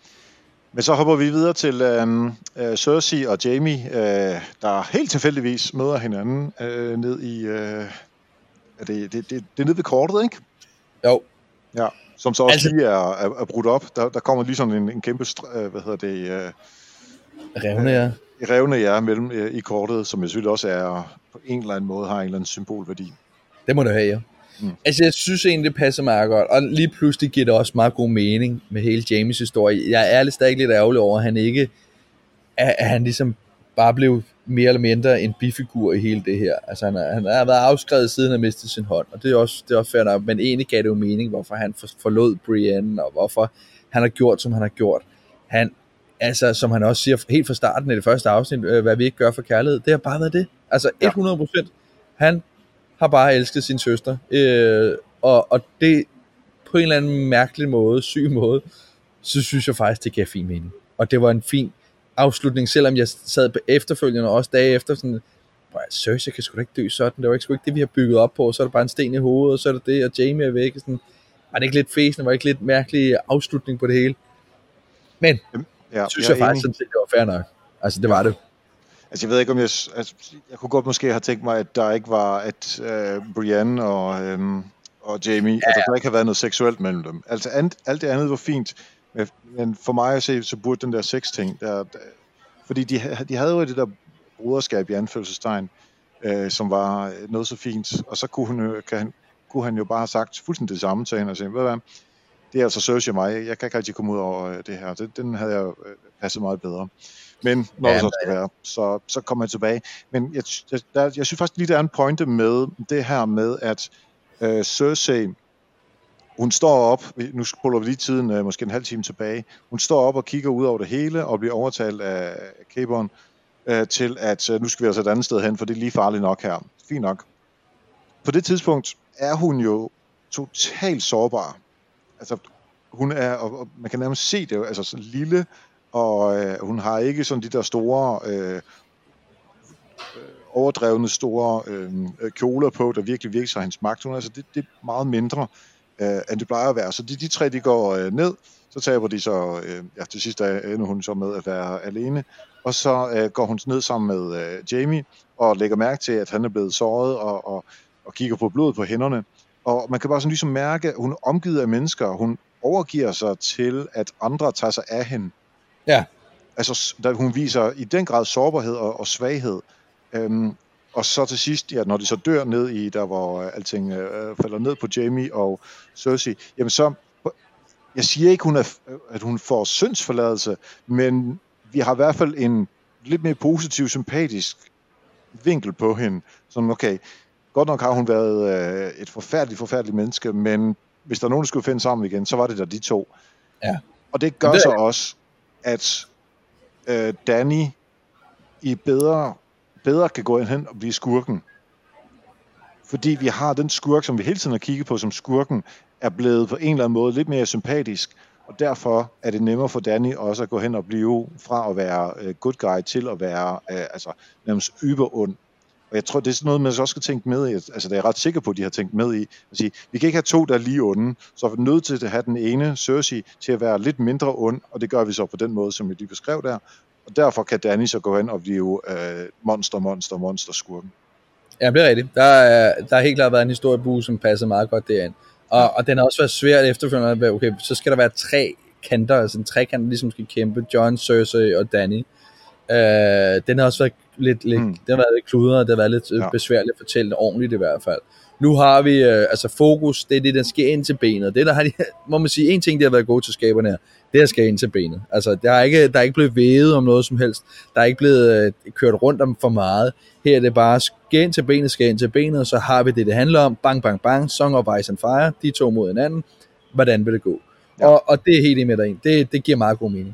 Men så hopper vi videre til øhm, øh, Cersei og Jaime, øh, der helt tilfældigvis møder hinanden øh, ned i, øh, er det, det, det, det er nede ved kortet, ikke? Jo. Ja. Som så også altså, lige er, er, er brudt op. Der, der kommer lige sådan en, en kæmpe, øh, hvad hedder det? Øh, revne, ja. Øh, revne, ja, mellem øh, i kortet, som jeg selvfølgelig også er på en eller anden måde har en eller anden symbolværdi. Det må du have, ja. Mm. Altså, jeg synes egentlig, det passer meget godt. Og lige pludselig giver det også meget god mening med hele Jaimes historie. Jeg er ærligt stadig lidt ærgerlig over, at han ikke, at, at han ligesom bare blev mere eller mindre en bifigur i hele det her. Altså, han, han har været afskrevet siden han mistede sin hånd, og det er også, det er også fair nok, men egentlig gav det jo mening, hvorfor han forlod Brienne, og hvorfor han har gjort, som han har gjort. Han, altså, som han også siger helt fra starten i det første afsnit, øh, hvad vi ikke gør for kærlighed, det har bare været det. Altså, hundrede procent. Ja. Han har bare elsket sin søster, øh, og, og det på en eller anden mærkelig måde, syg måde, så synes jeg faktisk, det gav fin mening. Og det var en fin afslutning, selvom jeg sad efterfølgende, også dage efter, sådan, Cersei kan sgu da ikke dø sådan, det var ikke sgu ikke det, vi har bygget op på, så er der bare en sten i hovedet, og så er det det, og Jaime er væk, sådan, var det ikke lidt fæsende, var det ikke lidt mærkelig afslutning på det hele? Men, ja, synes jeg, jeg faktisk, sådan set, det var fair nok. Altså, det var det. Altså, jeg ved ikke, om jeg... Altså, jeg kunne godt måske have tænkt mig, at der ikke var, at øh, Brienne og, øhm, og Jaime, ja, ja. at der ikke har været noget seksuelt mellem dem. Altså, alt, alt det andet var fint, men for mig at se, så burde den der sex-ting, der, der, fordi de, de havde jo det der broderskab i anførselstegn, øh, som var noget så fint, og så kunne, hun, kan, kunne han jo bare have sagt fuldstændig det samme til hende, og sige, ved du hvad, det er altså Cersei og mig, jeg kan ikke rigtig komme ud over det her, det, den havde jeg passet meget bedre. Men når ja, det så skal være, så, så kommer jeg tilbage. Men jeg, jeg, der, jeg synes faktisk lige, der er en pointe med det her med, at øh, Cersei, hun står op, nu spoler vi lige tiden, øh, måske en halv time tilbage, hun står op og kigger ud over det hele, og bliver overtalt af Qyburn øh, til, at øh, nu skal vi altså et andet sted hen, for det er lige farligt nok her. Fint nok. På det tidspunkt er hun jo totalt sårbar. Altså, hun er, og man kan nærmest se det, altså så lille, og øh, hun har ikke sådan de der store, øh, overdrevne store øh, kjoler på, der virkelig virker sig hendes magt. Hun, altså, det, det er meget mindre, øh, end det plejer at være. Så de, de tre, de går øh, ned, så taber de så, øh, ja, til sidst ender hun så med at være alene, og så øh, går hun ned sammen med øh, Jaime, og lægger mærke til, at han er blevet såret, og, og, og kigger på blodet på hænderne. Og man kan bare sådan ligesom mærke, at hun er omgivet af mennesker, hun overgiver sig til, at andre tager sig af hende. Ja. Altså, der hun viser i den grad sårbarhed og, og svaghed. Øhm, og så til sidst, ja, når de så dør ned i, der hvor alting øh, falder ned på Jaime og Cersei, jamen så, jeg siger ikke, hun er, at hun får syndsforladelse, men vi har i hvert fald en lidt mere positiv, sympatisk vinkel på hende. Som, okay, godt nok har hun været øh, et forfærdeligt, forfærdeligt menneske, men hvis der er nogen, der skulle finde sammen igen, så var det der de to. Ja. Og det gør det... så også, at øh, Danny i bedre, bedre kan gå ind hen og blive skurken. Fordi vi har den skurk, som vi hele tiden har kigget på som skurken, er blevet på en eller anden måde lidt mere sympatisk, og derfor er det nemmere for Danny også at gå hen og blive fra at være uh, good guy til at være uh, altså nærmest yberond. Og jeg tror, det er sådan noget, man også skal tænke med i. Altså, det er jeg ret sikker på, at de har tænkt med i. At sige, vi kan ikke have to, der er lige onde, så er vi nødt til at have den ene, Cersei, til at være lidt mindre ond, og det gør vi så på den måde, som jeg lige beskrev der. Og derfor kan Danny så gå hen og blive uh, monster, monster, monster skurken. Ja, det er rigtigt. Der er, der har helt klart været en historiebue, som passer meget godt derind. Og, og den har også været svært efterfølgende. Okay, så skal der være tre kanter, altså en trekant, der ligesom skal kæmpe. Jon, Cersei og Danny. Uh, den har også været lidt, lidt, mm. den har været lidt kludret, det har været lidt ja. besværligt at fortælle det ordentligt i hvert fald. Nu har vi, uh, altså fokus, det er det, der sker ind til benet. Det der har de, må man sige, en ting, der har været gode til skaberne her, det er skal ind til benet. Altså, der er ikke, der er ikke blevet vævet om noget som helst. Der er ikke blevet uh, kørt rundt om for meget. Her er det bare, skal ind til benet, skal ind til benet, og så har vi det, det handler om. Bang, bang, bang, Song of Ice and Fire, de to mod hinanden. Hvordan vil det gå? Ja. Og, og det er helt i med derind. Det, det giver meget god mening.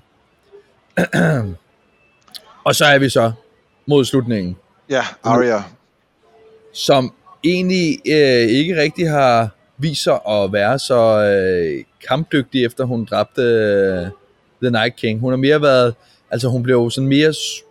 Og så er vi så mod slutningen. Ja, Arya. Som egentlig øh, ikke rigtig har vist sig at være så øh, kampdygtig, efter hun dræbte øh, The Night King. Hun har mere været, altså hun blev sådan mere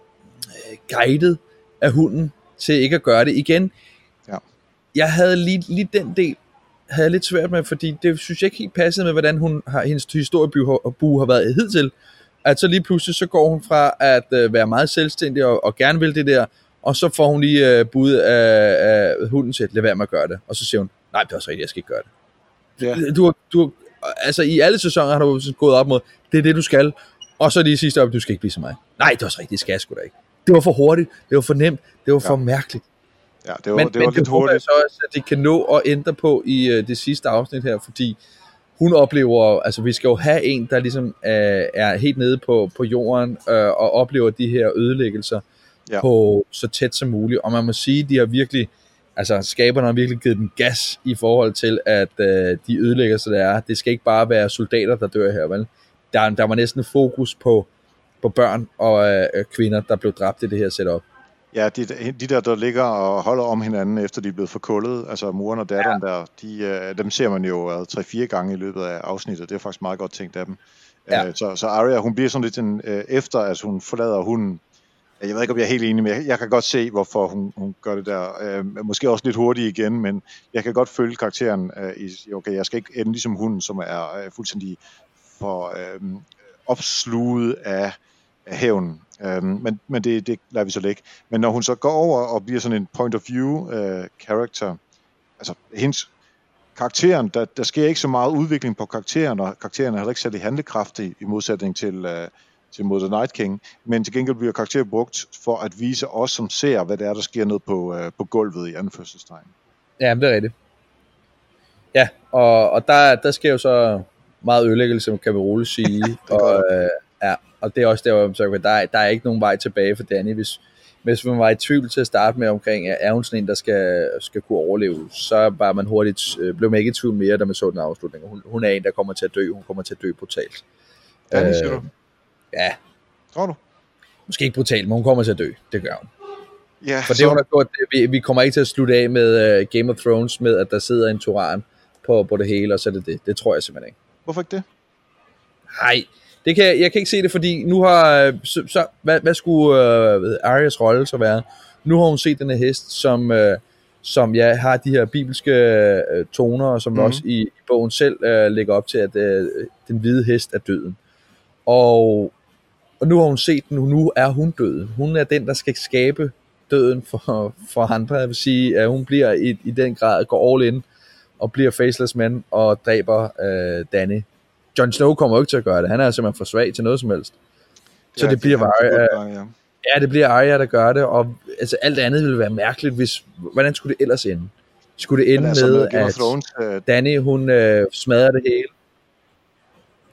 øh, guidet af hunden til ikke at gøre det igen. Ja. Jeg havde lige, lige den del, havde jeg lidt svært med, fordi det synes jeg ikke helt passede med, hvordan hun har, hendes historiebue har været hidtil. At så lige pludselig, så går hun fra at øh, være meget selvstændig og, og gerne vil det der, og så får hun lige øh, bud af, af hunden til at lade være med at gøre det. Og så siger hun, nej, det er også rigtigt, jeg skal ikke gøre det. Ja. Du, du, altså i alle sæsoner har du gået op mod, det er det, du skal. Og så lige sidste op, du skal ikke blive som mig. Nej, det er også rigtigt, det skal jeg sgu da ikke. Det var for hurtigt, det var for nemt, det var for ja. mærkeligt. Ja, det var, men, det var men lidt det håber hurtigt. jeg så også, at de kan nå at ændre på i øh, det sidste afsnit her, fordi hun oplever, altså vi skal jo have en, der ligesom øh, er helt nede på, på jorden øh, og oplever de her ødelæggelser ja. på så tæt som muligt. Og man må sige, de har virkelig, altså skaberne har virkelig givet dem gas i forhold til, at øh, de ødelæggelser, der er, det skal ikke bare være soldater, der dør her, vel? Der, der var næsten fokus på, på børn og øh, kvinder, der blev dræbt i det her setup. Ja, de, de der, der ligger og holder om hinanden, efter de er blevet forkullet, altså moren og datteren ja. der, de, dem ser man jo tre-fire gange i løbet af afsnittet. Det er faktisk meget godt tænkt af dem. Ja. Så, så Arya, hun bliver sådan lidt en, efter, at hun forlader hunden. Jeg ved ikke, om jeg er helt enig med, jeg, jeg kan godt se, hvorfor hun, hun gør det der. Måske også lidt hurtigt igen, men jeg kan godt følge karakteren i, okay, jeg skal ikke ende ligesom hunden, som er fuldstændig for øh, opsluget af, af hævn. Um, men men det, det lader vi så lægge. Men når hun så går over og bliver sådan en point of view uh, character, altså hendes karakteren, der, der sker ikke så meget udvikling på karakteren, og karakteren er heller ikke særlig handlekraftig i modsætning til, uh, til mod The Night King, men til gengæld bliver karakteren brugt for at vise os, som ser, hvad det er, der sker ned på, uh, på gulvet i anførselstegn. Ja, det er rigtigt. Ja, og, og der, der sker jo så meget ødelæggelse, kan vi roligt sige. og, uh, ja, og det er også der, så der, der er ikke nogen vej tilbage for Danny. Hvis, hvis man var i tvivl til at starte med omkring, er hun sådan en, der skal, skal kunne overleve, så var man hurtigt, blev man ikke i tvivl mere, da man så den afslutning. Hun, hun er en, der kommer til at dø. Hun kommer til at dø brutalt. Danny, siger du? Ja. Tror du? Måske ikke brutalt, men hun kommer til at dø. Det gør hun. Ja, for det så... hun har gjort, vi, vi kommer ikke til at slutte af med uh, Game of Thrones, med at der sidder en Turan på, på det hele, og så er det det. Det tror jeg simpelthen ikke. Hvorfor ikke det? Nej, det kan, jeg kan ikke se det, fordi nu har, så, så hvad, hvad skulle uh, Aryas rolle så være? Nu har hun set den her hest, som, uh, som ja, har de her bibelske uh, toner, og som mm-hmm. også i, i bogen selv uh, lægger op til, at uh, den hvide hest er døden. Og, og nu har hun set den, nu er hun døden. Hun er den, der skal skabe døden for, for andre. Jeg vil sige, at hun bliver i, i den grad, går all in, og bliver faceless man, og dræber uh, Danny. Jon Snow kommer jo ikke til at gøre det. Han er simpelthen for svag til noget som helst. Så ja, det bliver Arya, ja. ja, det bliver Arya, der gør det, og altså, alt andet ville være mærkeligt, hvis, hvordan skulle det ellers ende? Skulle det ende altså, med, at Thrones, uh... Danny, hun uh, smadrer det hele?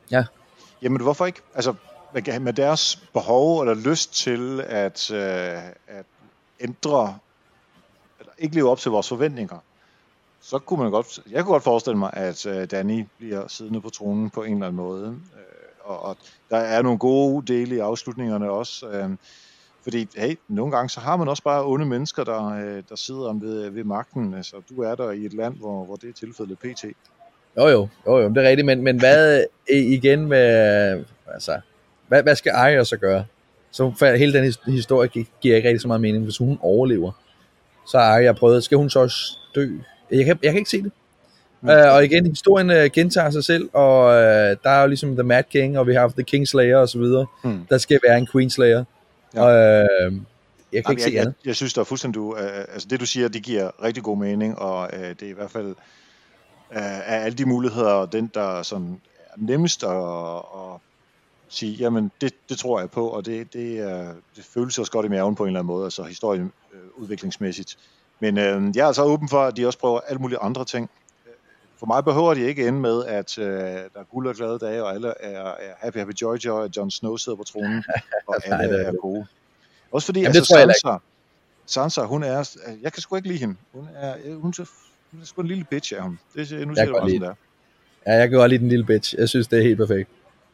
Ja. Jamen, hvorfor ikke? Altså, med deres behov eller lyst til at, øh, at ændre, eller ikke leve op til vores forventninger, så kunne man godt, jeg kunne godt forestille mig, at øh, Dany bliver siddende på tronen på en eller anden måde. Øh, og, og der er nogle gode dele i afslutningerne også. Øh, fordi, hey, nogle gange så har man også bare onde mennesker, der, øh, der sidder ved, ved magten. Altså, du er der i et land, hvor, hvor det er tilfældet pt. Jo jo, jo jo, det er rigtigt, men, men hvad igen med, altså, hvad, hvad skal Arya så gøre? Så for hele den historie giver ikke rigtig så meget mening, hvis hun overlever. Så har Arya prøvet, skal hun så også dø? Jeg kan, jeg kan ikke se det. Mm. Uh, og igen, historien uh, gentager sig selv, og uh, der er jo ligesom The Mad King, og vi har The Kingslayer og så videre. Mm. Der skal være en Queenslayer. Ja. Og uh, jeg kan Jamen, ikke se jeg, andet. Jeg, jeg synes, der er fuldstændig, du, uh, altså det du siger, det giver rigtig god mening, og uh, det er i hvert fald uh, af alle de muligheder, den der sådan er nemmest at, at sige, jamen det, det tror jeg på, og det, det, uh, det føles også godt i maven på en eller anden måde, altså historien uh, udviklingsmæssigt. Men øh, jeg er altså åben for, at de også prøver alle mulige andre ting. For mig behøver de ikke ende med, at øh, der er guld og glade dage, og alle er, er happy, happy, joy, joy, og Jon Snow sidder på tronen, og alle Nej, er gode. Også fordi, jamen, altså, Sansa, Sansa, hun er, jeg kan sgu ikke lide hende. Hun er, hun er, hun er sgu en lille bitch af ham. Det, nu siger det bare sådan der. Ja, jeg kan godt lide den lille bitch. Jeg synes, det er helt perfekt.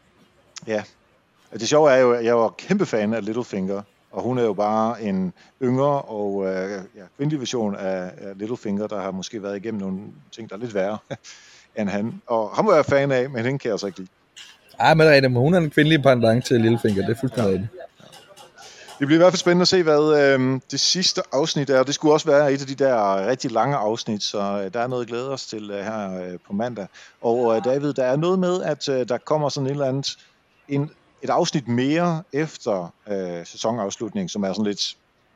Ja. Det sjove er jo, at jeg var kæmpe fan af Littlefinger, og hun er jo bare en yngre og øh, ja, kvindelig version af, af Littlefinger, der har måske været igennem nogle ting, der er lidt værre end han. Og ham var jeg fan af, men hende kan jeg altså ikke lide. Ej, men rigtigt, hun er en kvindelig pendant til Littlefinger, det er fuldstændig rigtigt. Det bliver i hvert fald spændende at se, hvad øh, det sidste afsnit er. Det skulle også være et af de der rigtig lange afsnit, så øh, der er noget at glæde os til øh, her øh, på mandag. Og øh, David, der er noget med, at øh, der kommer sådan et eller andet, en, et afsnit mere efter øh, sæsonafslutning, som er sådan lidt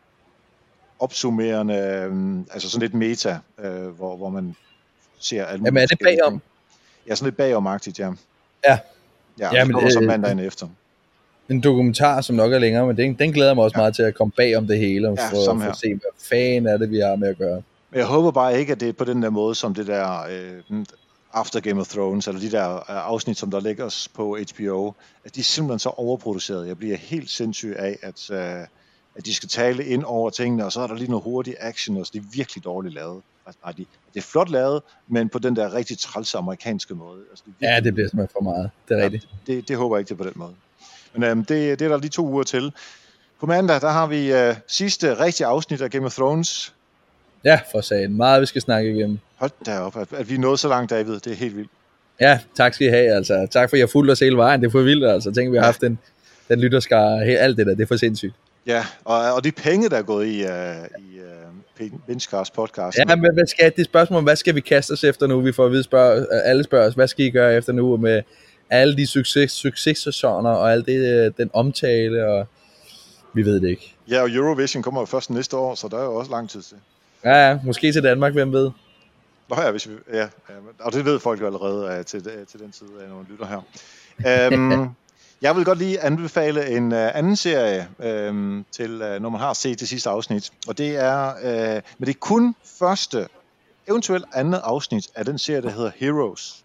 opsummerende, øh, altså sådan lidt meta, øh, hvor, hvor man ser alt muligt. Jamen er det bagom? Ja, sådan lidt bagomagtigt, ja. Ja. Ja, ja, det kommer øh, så mandagen efter. En dokumentar, som nok er længere, men den, den glæder mig også ja. meget til at komme bag om det hele, og ja, få, få at se, hvad fanden er det, vi har med at gøre. Men jeg håber bare ikke, at det er på den der måde, som det der øh, After Game of Thrones, eller de der afsnit, som der ligger på H B O, at de er simpelthen så overproduceret. Jeg bliver helt sindssyg af, at, øh, at de skal tale ind over tingene, og så er der lige noget hurtig action, og så det er virkelig dårligt lavet. Altså, nej, det er flot lavet, men på den der rigtig trælse amerikanske måde. Altså, det virkelig, ja, det bliver simpelthen for meget. Det er ja, rigtigt. Det, det håber jeg ikke, det er på den måde. Men øhm, det, det er der lige to uger til. På mandag, der har vi øh, sidste rigtige afsnit af Game of Thrones. Ja, for sagen. Meget, vi skal snakke igennem. Hold da op, at, at vi er nået så langt, David. Det er helt vildt. Ja, tak skal I have. Altså. Tak for, at I har fulgt os hele vejen. Det er for vildt. Altså. Tænk, vi har ja. haft den, den lytterskare. Alt det der, det er for sindssygt. Ja, og, og de penge, der er gået i, uh, i uh, Benchcast podcast. Ja, men hvad skal, det er spørgsmål, hvad skal vi kaste os efter nu? Vi får at vide, spørg, alle spørger os, hvad skal I gøre efter nu med alle de succes, successæsoner og alt det, den omtale, og vi ved det ikke. Ja, og Eurovision kommer jo først næste år, så der er jo også lang tid til. Ja, ja, måske til Danmark, hvem ved? Nå ja, hvis vi, ja, ja, og det ved folk jo allerede uh, til, til den tid, når man lytter her. Um, jeg vil godt lige anbefale en uh, anden serie, um, til, uh, når man har set det sidste afsnit, og det er, uh, men det er kun første, eventuelt andet afsnit af den serie, der hedder Heroes.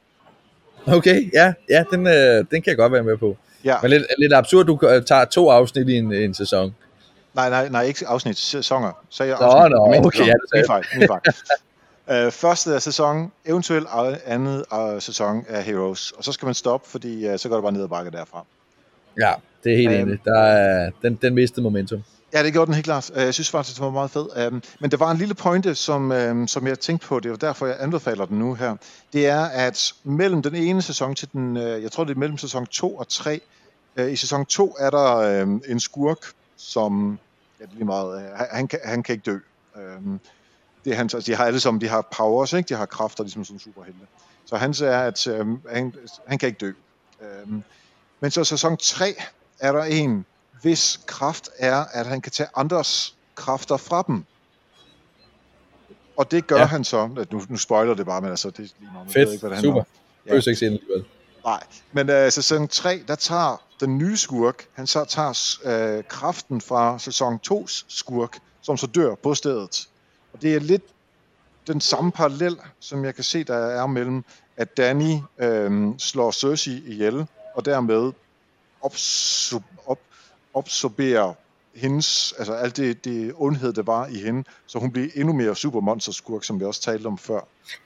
Okay, ja, ja den, øh, den kan jeg godt være med på. Ja. Men lidt, lidt absurd, du tager to afsnit i en, en sæson. Nej, nej, nej, ikke afsnit, sæsoner. Så jeg nå, afsnit, nå, min okay, sæson. ja, det min fejl, min fejl. uh, første sæson, eventuelt andet uh, sæson af Heroes, og så skal man stoppe, fordi uh, så går det bare ned ad bakke derfra. Ja, det er helt um, enig. Der er, den, den mistede momentum. Ja, det gjorde den helt klart. Jeg synes faktisk, det var meget fed. Men der var en lille pointe, som, som jeg tænkte på, det var derfor, jeg anbefaler den nu her. Det er, at mellem den ene sæson til den, jeg tror det er mellem sæson to og tre, i sæson to er der en skurk, som, ja, det er lige meget, han kan, han kan ikke dø. Det er hans, altså, de har alle sammen, de har powers, ikke? De har kræfter, ligesom sådan superhelte. Så hans er, at han, han kan ikke dø. Men så sæson tre er der en, hvis kraft er, at han kan tage andres kræfter fra dem. Og det gør ja. han så. Nu, nu spoiler det bare, men altså, det er lige meget. Fedt, ved ikke, hvad det super. Ja. Ikke se alligevel. Nej, men uh, sæson tre, der tager den nye skurk, han så tager uh, kraften fra sæson tos skurk, som så dør på stedet. Og det er lidt den samme parallel, som jeg kan se, der er mellem, at Dany øh, slår Cersei ihjel, og dermed opsub- op, absorbere hendes, altså alt det, det ondhed, der var i hende, så hun blev endnu mere supermonsterskurk, som vi også talte om før.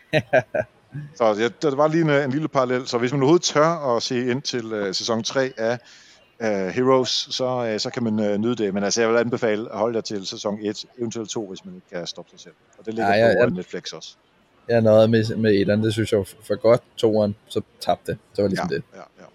Så ja, der var lige en, en lille parallel, så hvis man overhovedet tør at se ind til uh, sæson tre af uh, Heroes, så, uh, så kan man uh, nyde det, men altså jeg vil anbefale at holde jer til sæson et, eventuelt to, hvis man ikke kan stoppe sig selv. Og det ligger ja, ja, på ja. Netflix også. Jeg nåede med, med etteren, det synes jeg var for godt, toeren, så tabte det, så var ligesom ja, det. Ja, ja.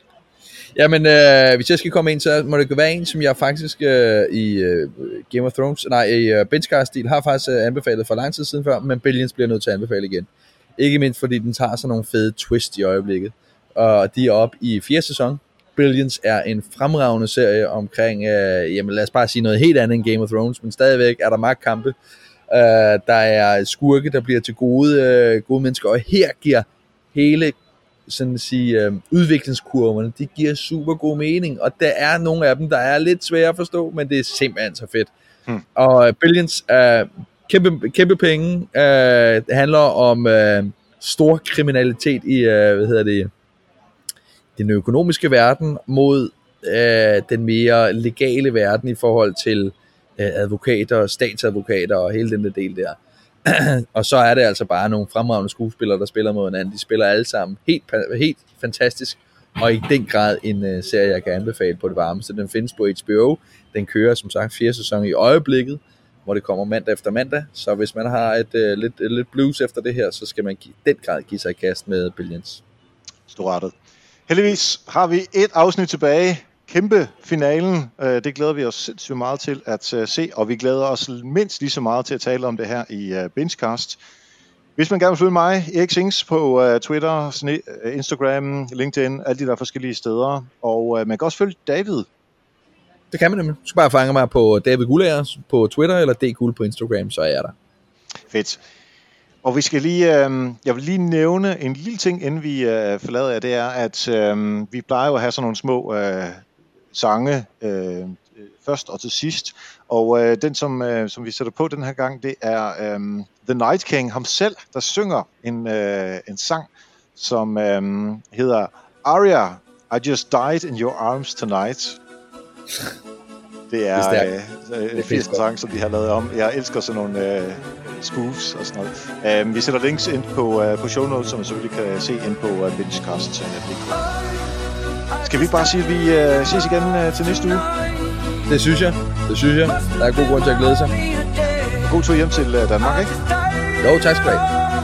Jamen, øh, hvis jeg skal komme ind, så må det være en, som jeg faktisk øh, i øh, Game of Thrones, nej, i uh, Benchcast-stil, har faktisk øh, anbefalet for lang tid siden før, men Billions bliver nødt til at anbefale igen. Ikke mindst, fordi den tager sådan nogle fede twist i øjeblikket. Og de er oppe i fjerde sæson. Billions er en fremragende serie omkring, øh, jamen lad os bare sige noget helt andet end Game of Thrones, men stadigvæk er der magtkampe. Øh, der er skurke, der bliver til gode, øh, gode mennesker, og her giver hele sådan at sige, øh, udviklingskurverne, de giver super god mening, og der er nogle af dem, der er lidt svære at forstå, men det er simpelthen så fedt. Hmm. Og Billions er kæmpe, kæmpe penge, øh, det handler om øh, stor kriminalitet i, øh, hvad hedder det, den økonomiske verden mod øh, den mere legale verden i forhold til øh, advokater, statsadvokater og hele den der del der. Og så er det altså bare nogle fremragende skuespillere, der spiller mod hinanden. De spiller alle sammen helt, helt fantastisk, og i den grad en uh, serie, jeg kan anbefale på det varmeste. Den findes på H B O. Den kører som sagt fjerde sæson i øjeblikket, hvor det kommer mandag efter mandag. Så hvis man har et uh, lidt, et, lidt blues efter det her, så skal man i den grad give sig i kast med Billions. Storartet. Heldigvis har vi et afsnit tilbage. Kæmpe finalen. Det glæder vi os sindssygt meget til at se, og vi glæder os mindst lige så meget til at tale om det her i Benchcast. Hvis man gerne vil følge mig, Erik Sings, på Twitter, Instagram, LinkedIn, alle de der forskellige steder, og man kan også følge David. Det kan man nemlig. Du skal bare fange mig på David Gulager på Twitter, eller dgul på Instagram, så er jeg der. Fedt. Og vi skal lige, øh, jeg vil lige nævne en lille ting, inden vi øh, forlader jer, det er, at øh, vi plejer jo at have sådan nogle små øh, sange øh, først og til sidst, og øh, den, som, øh, som vi sætter på den her gang, det er øh, The Night King, ham selv, der synger en, øh, en sang, som øh, hedder Aria, I Just Died in Your Arms Tonight. Det er, det er øh, en firs sang, som de har lavet om. Jeg elsker sådan nogle øh, spoofs og sådan noget. Um, vi sætter links ind på, uh, på show notes, som man selvfølgelig kan se ind på uh, Benchcast punktum d k. Skal vi bare sige, at vi uh, ses igen uh, til næste uge? Det synes jeg. Det synes jeg. Der er god grund til at glæde sig. God tur hjem til uh, Danmark, ikke? Jo, tak skal du have.